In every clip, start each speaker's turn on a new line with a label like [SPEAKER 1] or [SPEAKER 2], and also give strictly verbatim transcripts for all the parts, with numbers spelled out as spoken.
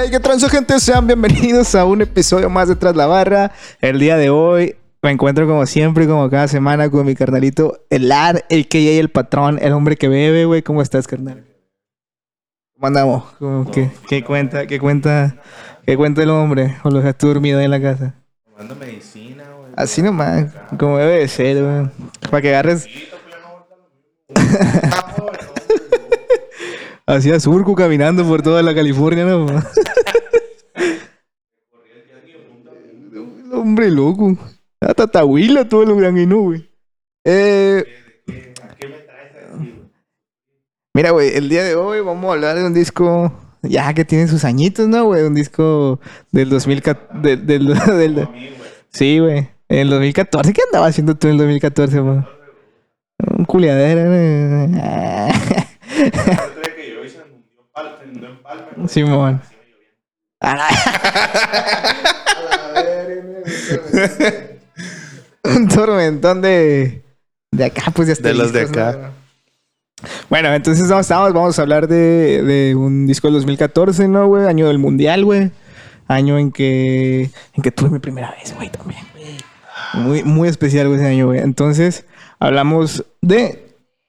[SPEAKER 1] Hey, qué transo, gente, sean bienvenidos a un episodio más de Tras la Barra. El día de hoy me encuentro como siempre, como cada semana, con mi carnalito, el Ar, el K J, el patrón, el hombre que bebe, güey. ¿Cómo estás, carnal? ¿Cómo andamos? ¿Cómo, qué, ¿Qué cuenta? ¿Qué cuenta? ¿Qué cuenta el hombre? ¿O lo dejaste dormido ahí en la casa?
[SPEAKER 2] Tomando medicina, güey.
[SPEAKER 1] Así nomás, como debe de ser, güey. Para que agarres... Hacía surco caminando por toda la California, ¿no? Hombre loco. A Tatahuila todo lo granguino, güey. Eh...
[SPEAKER 2] ¿Qué me traes aquí, güey?
[SPEAKER 1] Mira, güey, el día de hoy vamos a hablar de un disco... Ya que tiene sus añitos, ¿no, güey? Un disco del dos mil catorce... Del, del, del, del... Sí, güey. En el dos mil catorce. ¿Qué andabas haciendo tú en el dos mil catorce, güey? Un culiadero, ¿no? Simón. Un tormentón de... De acá, pues ya está.
[SPEAKER 2] De los de
[SPEAKER 1] listos,
[SPEAKER 2] acá.
[SPEAKER 1] ¿no? Bueno, entonces vamos, vamos a hablar de, de un disco del dos mil catorce, ¿no, güey? Año del Mundial, güey. Año en que... En que tuve mi primera vez, güey, también, güey. Muy, muy especial, güey, ese año, güey. Entonces, hablamos de...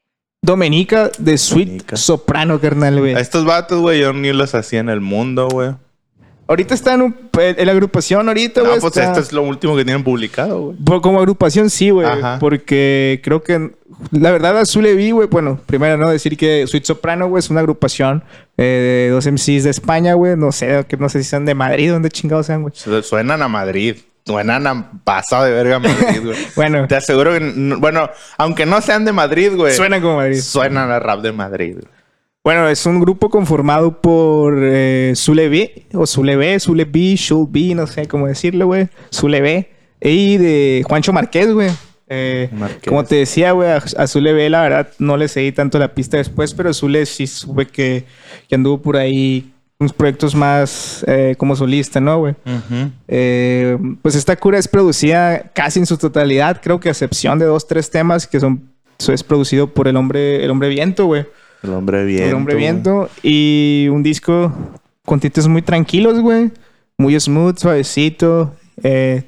[SPEAKER 1] Domenica de Sweet
[SPEAKER 2] Domenica.
[SPEAKER 1] Soprano, carnal, güey.
[SPEAKER 2] A estos vatos, güey, yo ni los hacía en el mundo, güey.
[SPEAKER 1] Ahorita está en, un, en la agrupación, ahorita, güey.
[SPEAKER 2] No, pues
[SPEAKER 1] está...
[SPEAKER 2] esto es lo último que tienen publicado, güey.
[SPEAKER 1] Por- Como agrupación, sí, güey.
[SPEAKER 2] Ajá.
[SPEAKER 1] Porque creo que... La verdad, Azul E V, güey, bueno, primero, ¿no? Decir que Sweet Soprano, güey, es una agrupación eh, de dos M Cs de España, güey. No sé, que no sé si sean de Madrid, ¿dónde chingados sean, güey?
[SPEAKER 2] Su- Suenan a Madrid. Suenan a pasado de verga a Madrid, güey.
[SPEAKER 1] Bueno,
[SPEAKER 2] Te aseguro que... n- Bueno, aunque no sean de Madrid, güey.
[SPEAKER 1] suena como Madrid.
[SPEAKER 2] Suenan a rap de Madrid, güey.
[SPEAKER 1] Bueno, es un grupo conformado por eh, Zule B, o Zule B, Zule B, Shul B, no sé cómo decirlo, güey. Zule B. Y de Juancho Márquez, güey. Eh,
[SPEAKER 2] Márquez.
[SPEAKER 1] como te decía, güey, a, a Zule B, la verdad, no le seguí tanto la pista después, pero Zule sí supe que, que anduvo por ahí unos proyectos más eh, como solista, ¿no, güey?
[SPEAKER 2] Ujú.
[SPEAKER 1] Eh, pues esta cura es producida casi en su totalidad, creo que a excepción de dos, tres temas que son... Eso es producido por el hombre, el hombre viento, güey.
[SPEAKER 2] El hombre viento.
[SPEAKER 1] El hombre
[SPEAKER 2] güey.
[SPEAKER 1] viento. Y un disco con tintes muy tranquilos, güey. Muy smooth, suavecito. Eh,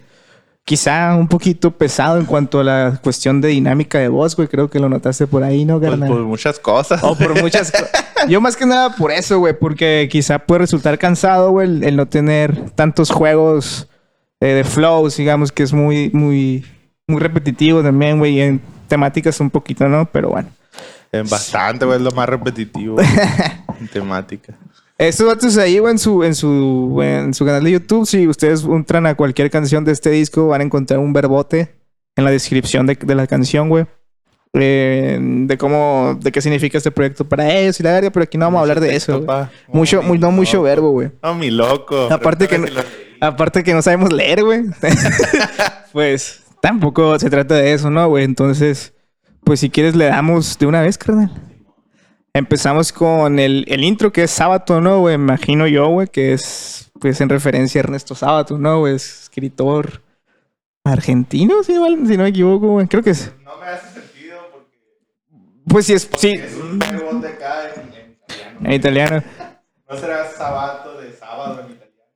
[SPEAKER 1] quizá un poquito pesado en cuanto a la cuestión de dinámica de voz, güey. Creo que lo notaste por ahí, ¿no,
[SPEAKER 2] Pues
[SPEAKER 1] carnal?
[SPEAKER 2] por muchas cosas.
[SPEAKER 1] O por muchas cosas. Yo más que nada por eso, güey. Porque quizá puede resultar cansado, güey, el, el no tener tantos juegos eh, de flows, digamos, que es muy, muy, muy repetitivo también, güey. Y en temáticas un poquito, ¿no? Pero bueno.
[SPEAKER 2] En bastante, güey. Es lo más repetitivo. güey, en temática.
[SPEAKER 1] Estos datos ahí, güey, en su, en su, en su canal de YouTube, si ustedes entran a cualquier canción de este disco, van a encontrar un verbote en la descripción de, de la canción, güey. Eh, de cómo, de qué significa este proyecto para ellos y la verga, pero aquí no vamos a hablar de eso, güey.
[SPEAKER 2] Pa.
[SPEAKER 1] Mucho,
[SPEAKER 2] Oh,
[SPEAKER 1] muy, no
[SPEAKER 2] mi
[SPEAKER 1] mucho
[SPEAKER 2] loco.
[SPEAKER 1] verbo, güey.
[SPEAKER 2] Oh, mi loco.
[SPEAKER 1] Aparte que, no,
[SPEAKER 2] Pregúntale si
[SPEAKER 1] aparte que no sabemos leer, güey. Pues tampoco se trata de eso, ¿no, güey? Entonces, pues si quieres le damos de una vez, carnal. Empezamos con el, el intro que es Sábato, ¿no, güey? Imagino yo, güey, que es pues en referencia a Ernesto Sábato, ¿no, güey? Es escritor argentino, si no, si no me equivoco, güey. Creo que es.
[SPEAKER 2] lo- No me hace sentido porque
[SPEAKER 1] Pues sí, es, sí,
[SPEAKER 2] es un verbo de acá en, en italiano.
[SPEAKER 1] en italiano.
[SPEAKER 2] No será sabato de sábado en italiano.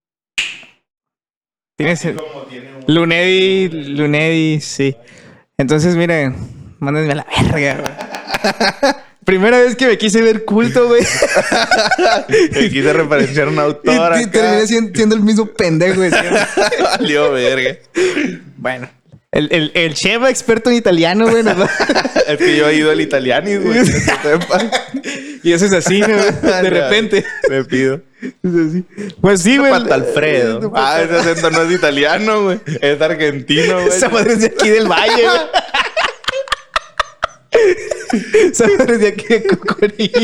[SPEAKER 1] Tiene
[SPEAKER 2] Así
[SPEAKER 1] ese-
[SPEAKER 2] como tiene un...
[SPEAKER 1] Lunedi, Lunedi, sí. Entonces, miren, mándenme a la verga, güey. Primera vez que me quise ver culto, güey.
[SPEAKER 2] Me quise referenciar a un autor
[SPEAKER 1] Y, y
[SPEAKER 2] acá.
[SPEAKER 1] terminé siendo, siendo el mismo pendejo, güey.
[SPEAKER 2] Valió verga.
[SPEAKER 1] Bueno. El, el, el chef experto en italiano, güey. nos va-
[SPEAKER 2] Es que yo he ido al italiano, güey. que sepan.
[SPEAKER 1] Y eso es así, ¿no? De repente.
[SPEAKER 2] Me pido.
[SPEAKER 1] Es así. Pues sí, güey.
[SPEAKER 2] Pata Alfredo. Ah, ese acento no es italiano, güey. Es argentino, güey.
[SPEAKER 1] Esa madre es de aquí del valle, güey. Esa madre es de aquí de Cocorí.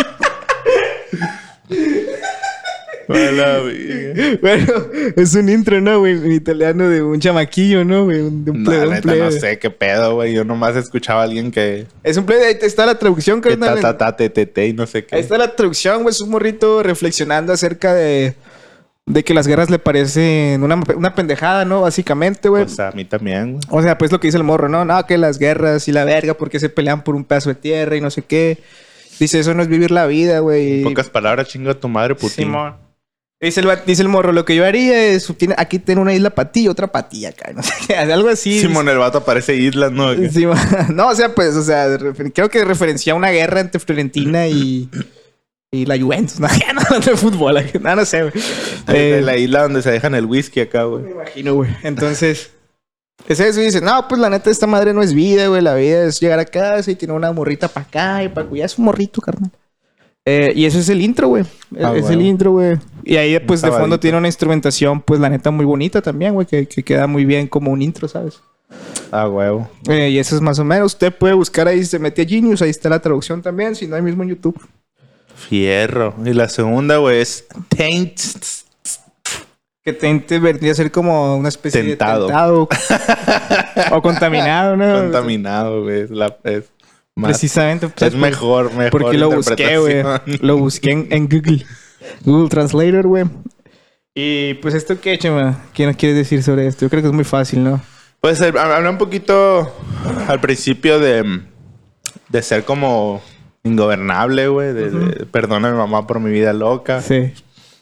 [SPEAKER 2] Hola, güey.
[SPEAKER 1] Bueno, es un intro, ¿no, güey? En italiano de un chamaquillo, ¿no, güey? Un- De un
[SPEAKER 2] No,
[SPEAKER 1] plebe, un
[SPEAKER 2] neta,
[SPEAKER 1] plebe.
[SPEAKER 2] no sé qué pedo, güey. Yo nomás escuchaba a alguien que...
[SPEAKER 1] Es un plebe. Ahí está la traducción,
[SPEAKER 2] Que
[SPEAKER 1] carnal.
[SPEAKER 2] ta, ta, ta, te, te, te, y no sé qué.
[SPEAKER 1] Ahí está la traducción, güey. Es un morrito reflexionando acerca de... De que las guerras le parecen una, una pendejada, ¿no? Básicamente, güey.
[SPEAKER 2] Pues a mí también, güey.
[SPEAKER 1] O sea, pues lo que dice el morro, ¿no? No, que las guerras y la verga, porque se pelean por un pedazo de tierra y no sé qué. Dice, eso no es vivir la vida, güey.
[SPEAKER 2] En pocas palabras, chinga tu madre, Putin.
[SPEAKER 1] Simón. Dice el, va- dice el morro, lo que yo haría es... Tiene, aquí tiene una isla para ti y otra para ti acá. No sé qué, algo así.
[SPEAKER 2] Simón, el vato aparece islas, ¿no?
[SPEAKER 1] Sí, no, o sea, pues, o sea, refer- creo que referencia a una guerra entre Fiorentina y... Y la Juventus. No, no, de fútbol. No, no sé, güey.
[SPEAKER 2] De
[SPEAKER 1] Eh,
[SPEAKER 2] la isla donde se dejan el whisky acá, güey.
[SPEAKER 1] Me imagino, güey. Entonces... Es eso y dice, no, pues la neta, esta madre no es vida, güey. La vida es llegar a casa y tener una morrita para acá y para cuidar. Es un morrito, carnal. Eh, y eso es el intro, güey.
[SPEAKER 2] Ah,
[SPEAKER 1] es
[SPEAKER 2] bueno.
[SPEAKER 1] el intro, güey. Y ahí, pues,
[SPEAKER 2] Un
[SPEAKER 1] de fondo
[SPEAKER 2] sabadito.
[SPEAKER 1] tiene una instrumentación, pues, la neta, muy bonita también, güey. Que, que queda muy bien como un intro, ¿sabes?
[SPEAKER 2] Ah, huevo.
[SPEAKER 1] Eh, y eso es más o menos. Usted puede buscar ahí, se mete a Genius. Ahí está la traducción también, si no hay mismo en YouTube.
[SPEAKER 2] Fierro. Y la segunda, güey, es Taint.
[SPEAKER 1] Que tente vendría a ser como una especie
[SPEAKER 2] Tentado.
[SPEAKER 1] de tentado. O contaminado, ¿no?
[SPEAKER 2] Contaminado, güey. Es, la, es más-
[SPEAKER 1] Precisamente. pues,
[SPEAKER 2] es mejor, mejor.
[SPEAKER 1] Porque lo busqué, güey.
[SPEAKER 2] interpretación.
[SPEAKER 1] Lo busqué en, en Google. Google Translator, güey. Y pues esto qué, chema. ¿Qué nos quieres decir sobre esto? Yo creo que es muy fácil, ¿no?
[SPEAKER 2] Pues eh, habla un poquito al principio de, de ser como ingobernable, güey. De, de, perdona a mi mamá por mi vida loca.
[SPEAKER 1] Sí.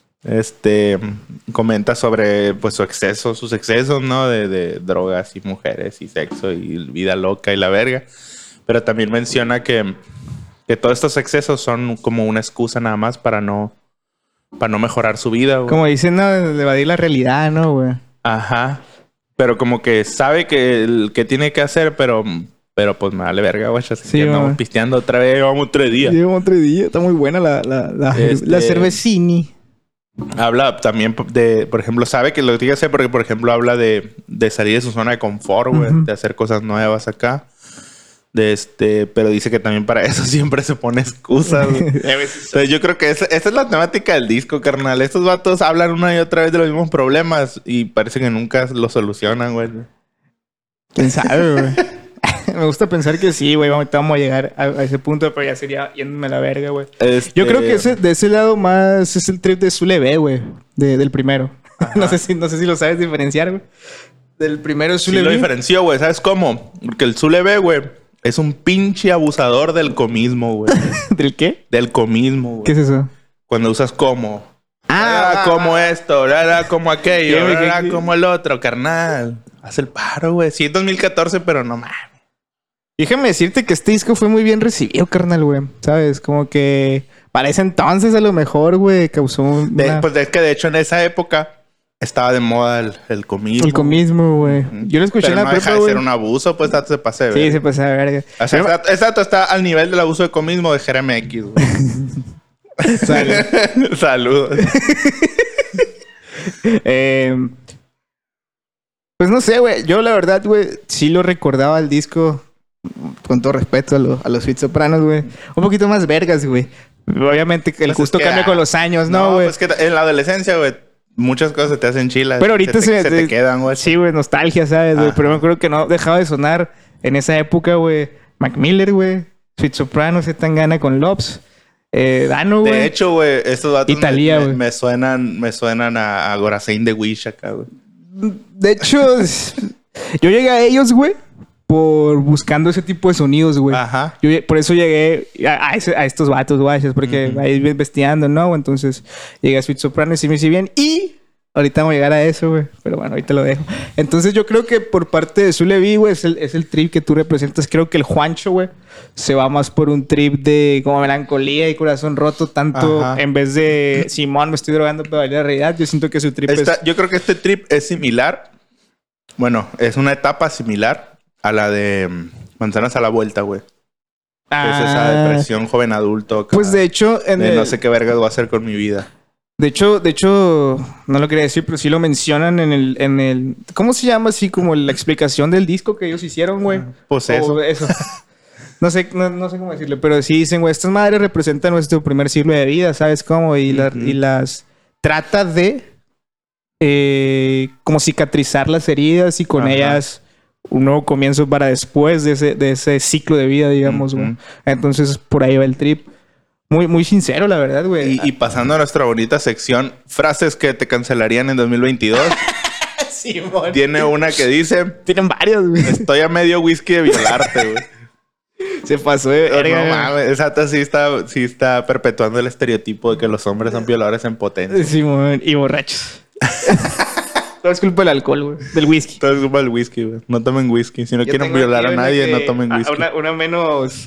[SPEAKER 2] Este comenta sobre pues su exceso, sus excesos, ¿no? De, de drogas y mujeres y sexo y vida loca y la verga. Pero también menciona que, que todos estos excesos son como una excusa nada más para no, para no mejorar su vida, güey.
[SPEAKER 1] Como dicen, ¿no? De evadir la realidad, ¿no, güey?
[SPEAKER 2] Ajá. Pero como que sabe que el que tiene que hacer, pero, pero pues me vale verga, güey. Así
[SPEAKER 1] Sí,
[SPEAKER 2] que andamos
[SPEAKER 1] güey.
[SPEAKER 2] pisteando otra vez, vamos tres días.
[SPEAKER 1] Llevo otro día. Está muy buena la, la, la,
[SPEAKER 2] Este-
[SPEAKER 1] la cervecini.
[SPEAKER 2] Habla también de, por ejemplo, sabe que lo tiene que hacer porque, por ejemplo, habla de, de salir de su zona de confort, güey,
[SPEAKER 1] Ujú.
[SPEAKER 2] de hacer cosas nuevas acá. De este, pero dice que también para eso siempre se pone excusas, güey. Entonces yo creo que esa, esa es la temática del disco, carnal. Estos vatos hablan una y otra vez de los mismos problemas y parece que nunca lo solucionan, güey.
[SPEAKER 1] ¿Quién sabe, güey? Me gusta pensar que sí, güey. Ahorita vamos a llegar a, a ese punto, pero ya sería yéndome a la verga, güey.
[SPEAKER 2] Este,
[SPEAKER 1] Yo creo que ese, de ese lado más es el trip de Zule B, güey. De, del primero. no, sé si, no sé si lo sabes diferenciar, güey. Del primero es
[SPEAKER 2] sí
[SPEAKER 1] Zule
[SPEAKER 2] lo
[SPEAKER 1] B.
[SPEAKER 2] diferenció, güey. ¿Sabes cómo? Porque el Zule B, güey, es un pinche abusador del comismo, güey.
[SPEAKER 1] ¿Del qué?
[SPEAKER 2] Del comismo, güey.
[SPEAKER 1] ¿Qué es eso?
[SPEAKER 2] Cuando usas como.
[SPEAKER 1] Ah,
[SPEAKER 2] Ah, como esto, era como aquello,
[SPEAKER 1] Sí, güey,
[SPEAKER 2] era
[SPEAKER 1] que-
[SPEAKER 2] como el otro, carnal. Haz el paro, güey. Sí, es dos mil catorce, pero no mames.
[SPEAKER 1] Déjame decirte que este disco fue muy bien recibido, carnal, güey. ¿Sabes? Como que para ese entonces a lo mejor, güey, causó una...
[SPEAKER 2] De- Pues es que de hecho en esa época estaba de moda el, el comismo.
[SPEAKER 1] el comismo, güey. Yo lo escuché
[SPEAKER 2] Pero
[SPEAKER 1] en la
[SPEAKER 2] no deja
[SPEAKER 1] prepa,
[SPEAKER 2] de
[SPEAKER 1] güey.
[SPEAKER 2] ser un abuso, pues dato se pase de
[SPEAKER 1] Sí,
[SPEAKER 2] verga.
[SPEAKER 1] se pasa de verga.
[SPEAKER 2] O sea,
[SPEAKER 1] Pero-
[SPEAKER 2] ese dato está al nivel del abuso de comismo de Jeremy X, güey.
[SPEAKER 1] Sale.
[SPEAKER 2] Saludos.
[SPEAKER 1] Eh, pues no sé, güey. Yo la verdad, güey, sí lo recordaba el disco, con todo respeto a, lo- a los Sweet Sopranos, güey. Un poquito más vergas, güey. Obviamente que el
[SPEAKER 2] Pues es
[SPEAKER 1] gusto
[SPEAKER 2] que,
[SPEAKER 1] cambia
[SPEAKER 2] ah,
[SPEAKER 1] con los años, ¿no, güey?
[SPEAKER 2] pues que en la adolescencia, güey, muchas cosas se te hacen chilas.
[SPEAKER 1] Pero ahorita
[SPEAKER 2] se,
[SPEAKER 1] se,
[SPEAKER 2] te, se te quedan, güey.
[SPEAKER 1] Sí, güey, nostalgia, ¿sabes, güey?
[SPEAKER 2] Ajá.
[SPEAKER 1] Pero me acuerdo que no dejaba de sonar en esa época, güey. Mac Miller, güey. Sweet Sopranos, Zetangana con Lobs. Eh, Dano, güey.
[SPEAKER 2] De hecho, güey, estos datos
[SPEAKER 1] Italia,
[SPEAKER 2] me, me,
[SPEAKER 1] güey.
[SPEAKER 2] me suenan, me suenan a, a Gorazain de Wish acá, güey.
[SPEAKER 1] De hecho, es- yo llegué a ellos, güey, por buscando ese tipo de sonidos, güey.
[SPEAKER 2] Ajá.
[SPEAKER 1] Yo lle- por eso llegué a, a ese- a estos vatos, guachas, porque
[SPEAKER 2] Ujú.
[SPEAKER 1] ahí investigando, ¿no? Entonces llegué a Sweet Sopranos y me hice bien. Y ahorita vamos a llegar a eso, güey. Pero bueno, ahorita lo dejo. Entonces yo creo que por parte de Zule B, güey, es el, es el trip que tú representas. Creo que el Juancho, güey, se va más por un trip de como melancolía y corazón roto. Tanto
[SPEAKER 2] Ajá.
[SPEAKER 1] en vez de Simón, me estoy drogando para bailar la realidad. Yo siento que su trip
[SPEAKER 2] Esta-
[SPEAKER 1] es...
[SPEAKER 2] yo creo que este trip es similar. Bueno, es una etapa similar a la de mm, Manzanas a la Vuelta, güey. Es esa
[SPEAKER 1] Ah,
[SPEAKER 2] depresión joven adulto. acá,
[SPEAKER 1] Pues de hecho, en
[SPEAKER 2] de
[SPEAKER 1] el-
[SPEAKER 2] no sé qué vergas voy a hacer con mi vida.
[SPEAKER 1] De hecho, de hecho, no lo quería decir, pero sí lo mencionan en el, en el, ¿cómo se llama? Así como la explicación del disco que ellos hicieron, güey.
[SPEAKER 2] Pues
[SPEAKER 1] O
[SPEAKER 2] eso.
[SPEAKER 1] eso. No sé, no, no sé cómo decirlo, pero sí dicen, güey, estas madres representan nuestro primer siglo de vida, ¿sabes cómo? Y, la-
[SPEAKER 2] Ujú.
[SPEAKER 1] y las trata de eh, como cicatrizar las heridas y con
[SPEAKER 2] Ajá.
[SPEAKER 1] ellas un nuevo comienzo para después de ese, de ese ciclo de vida, digamos, güey.
[SPEAKER 2] Ujú.
[SPEAKER 1] Entonces, por ahí va el trip. Muy, muy sincero, la verdad, güey.
[SPEAKER 2] Y, y pasando a nuestra bonita sección, frases que te cancelarían en dos mil veintidós. Tiene una que dice:
[SPEAKER 1] Tienen varios, güey.
[SPEAKER 2] estoy a medio whisky de violarte, güey.
[SPEAKER 1] Se pasó de verga.
[SPEAKER 2] No mames, esa sí está, sí está perpetuando el estereotipo de que los hombres son violadores en potencia.
[SPEAKER 1] Sí, man. Y borrachos. Todo es culpa del alcohol, güey. Del whisky.
[SPEAKER 2] Todo es culpa del whisky, güey. No tomen whisky. Si no
[SPEAKER 1] Yo
[SPEAKER 2] quieren
[SPEAKER 1] tengo
[SPEAKER 2] violar a
[SPEAKER 1] aquí una
[SPEAKER 2] nadie,
[SPEAKER 1] que-
[SPEAKER 2] no tomen whisky.
[SPEAKER 1] Una, una menos...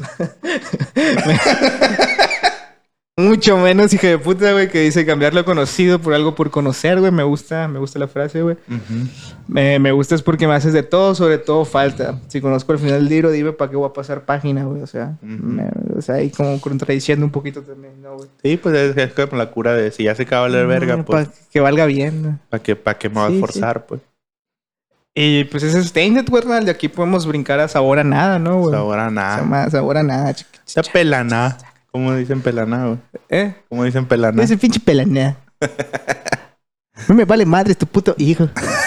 [SPEAKER 1] Mucho menos, hija de puta, güey, que dice cambiar lo conocido por algo por conocer, güey. Me gusta, me gusta la frase, güey.
[SPEAKER 2] Ujú.
[SPEAKER 1] Me, me gusta es porque me haces de todo, sobre todo falta. Si conozco el final del libro, dime para qué voy a pasar página, güey. O sea,
[SPEAKER 2] Ujú.
[SPEAKER 1] me- o sea, ahí como contradiciendo un poquito también, ¿no, güey?
[SPEAKER 2] Sí, pues es, es como la cura de si ya se acaba la verga, pues.
[SPEAKER 1] Para que valga bien, ¿no?
[SPEAKER 2] ¿Para qué, pa qué me voy
[SPEAKER 1] Sí,
[SPEAKER 2] a forzar, pues?
[SPEAKER 1] Y pues ese es Stained, güey, carnal. De aquí podemos brincar a sabor a nada, ¿no, güey?
[SPEAKER 2] Sabor a nada.
[SPEAKER 1] Sabor, sabor a nada, chiqui.
[SPEAKER 2] Esa pelaná. ¿Cómo dicen pelaná, güey?
[SPEAKER 1] ¿Eh?
[SPEAKER 2] ¿Cómo dicen pelaná?
[SPEAKER 1] Ese pinche pelaná. No me vale madre tu puto hijo.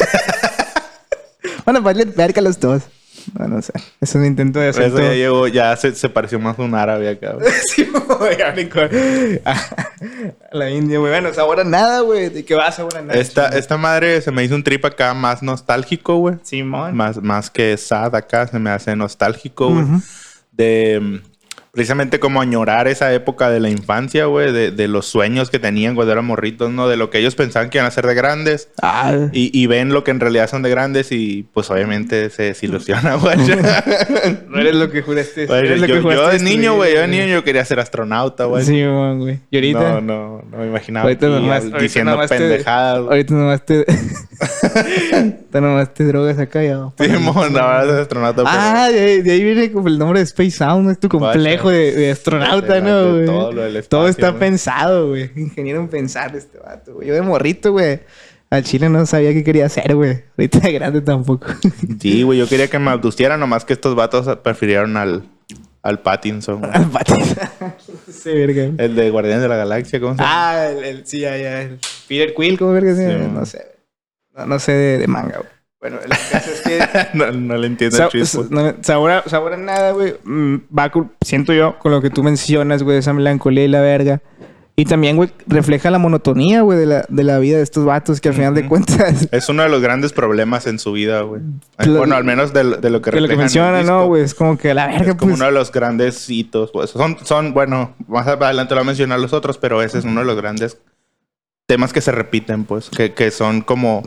[SPEAKER 1] Van a valer verga los dos. No, no sé. Eso es un intento de
[SPEAKER 2] Por
[SPEAKER 1] hacer
[SPEAKER 2] eso ya llegó, ya se, se pareció más a un árabe acá, güey.
[SPEAKER 1] Sí, güey, ya brincó a a la India, güey. Bueno, sabor a nada, güey. ¿De qué va sabor a nada?
[SPEAKER 2] Esta, esta madre se me hizo un trip acá más nostálgico, güey.
[SPEAKER 1] Simón.
[SPEAKER 2] Más, más que sad acá, se me hace nostálgico, güey.
[SPEAKER 1] Ujú.
[SPEAKER 2] De mm, precisamente como añorar esa época de la infancia, güey. De, de los sueños que tenían cuando eran morritos, ¿no? De lo que ellos pensaban que iban a ser de grandes.
[SPEAKER 1] Ah,
[SPEAKER 2] Y, y ven lo que en realidad son de grandes y pues obviamente se desilusiona, güey.
[SPEAKER 1] no eres lo que juraste.
[SPEAKER 2] Güey,
[SPEAKER 1] eres lo
[SPEAKER 2] yo,
[SPEAKER 1] que
[SPEAKER 2] yo
[SPEAKER 1] juraste
[SPEAKER 2] de niño,
[SPEAKER 1] destruir,
[SPEAKER 2] güey. Yo de niño yo quería ser astronauta, güey.
[SPEAKER 1] Sí, man, güey. Y ahorita.
[SPEAKER 2] No, no, no me imaginaba
[SPEAKER 1] Ahorita
[SPEAKER 2] aquí,
[SPEAKER 1] nomás-
[SPEAKER 2] al-
[SPEAKER 1] ahorita
[SPEAKER 2] diciendo
[SPEAKER 1] nomás te-
[SPEAKER 2] pendejadas. güey.
[SPEAKER 1] Ahorita nomás te. ahorita nomás te drogas acá ya.
[SPEAKER 2] Sí, mon, la verdad es astronauta. pero-
[SPEAKER 1] Ah, de, ahí- de ahí viene como el nombre de Space Sound, ¿no? Es tu complejo de, de astronauta,
[SPEAKER 2] De-
[SPEAKER 1] ¿no,
[SPEAKER 2] de
[SPEAKER 1] güey?
[SPEAKER 2] todo lo del
[SPEAKER 1] Todo
[SPEAKER 2] espacio,
[SPEAKER 1] está
[SPEAKER 2] güey.
[SPEAKER 1] pensado, güey. Ingeniero en pensar este vato, güey. Yo de morrito, güey. Al chile no sabía qué quería hacer, güey. Ahorita de grande tampoco.
[SPEAKER 2] Sí, güey, yo quería que me abducieran, nomás que estos vatos prefirieron al, al Pattinson, güey.
[SPEAKER 1] Al patita. Sí, verga.
[SPEAKER 2] El de Guardianes de la Galaxia, ¿cómo se llama?
[SPEAKER 1] Ah, el, el- sí, ya, ya. El Peter Quill, ¿cómo verga? se llama?
[SPEAKER 2] Sí,
[SPEAKER 1] no sé. No, no sé de, de manga, güey. Bueno, el caso es que...
[SPEAKER 2] no, no le entiendo
[SPEAKER 1] Sa-
[SPEAKER 2] el chiste. pues.
[SPEAKER 1] no, sabor, a, sabor a nada, güey. Mm, Va, con- siento yo, con lo que tú mencionas, güey, esa melancolía y la verga. Y también, güey, refleja la monotonía, güey, de la, de la vida de estos vatos que al final de
[SPEAKER 2] Ujú.
[SPEAKER 1] cuentas...
[SPEAKER 2] Es uno de los grandes problemas en su vida, güey.
[SPEAKER 1] Lo-
[SPEAKER 2] Bueno, al menos de, lo- de lo que
[SPEAKER 1] que lo que
[SPEAKER 2] refleja en el
[SPEAKER 1] menciona,
[SPEAKER 2] disco.
[SPEAKER 1] ¿no, güey? Es como que la verga,
[SPEAKER 2] Es como
[SPEAKER 1] pues...
[SPEAKER 2] uno de los grandes hitos. Pues. Son, son, bueno, más adelante lo voy a mencionar los otros, pero ese es uno de los grandes temas que se repiten, pues. Que, que son como...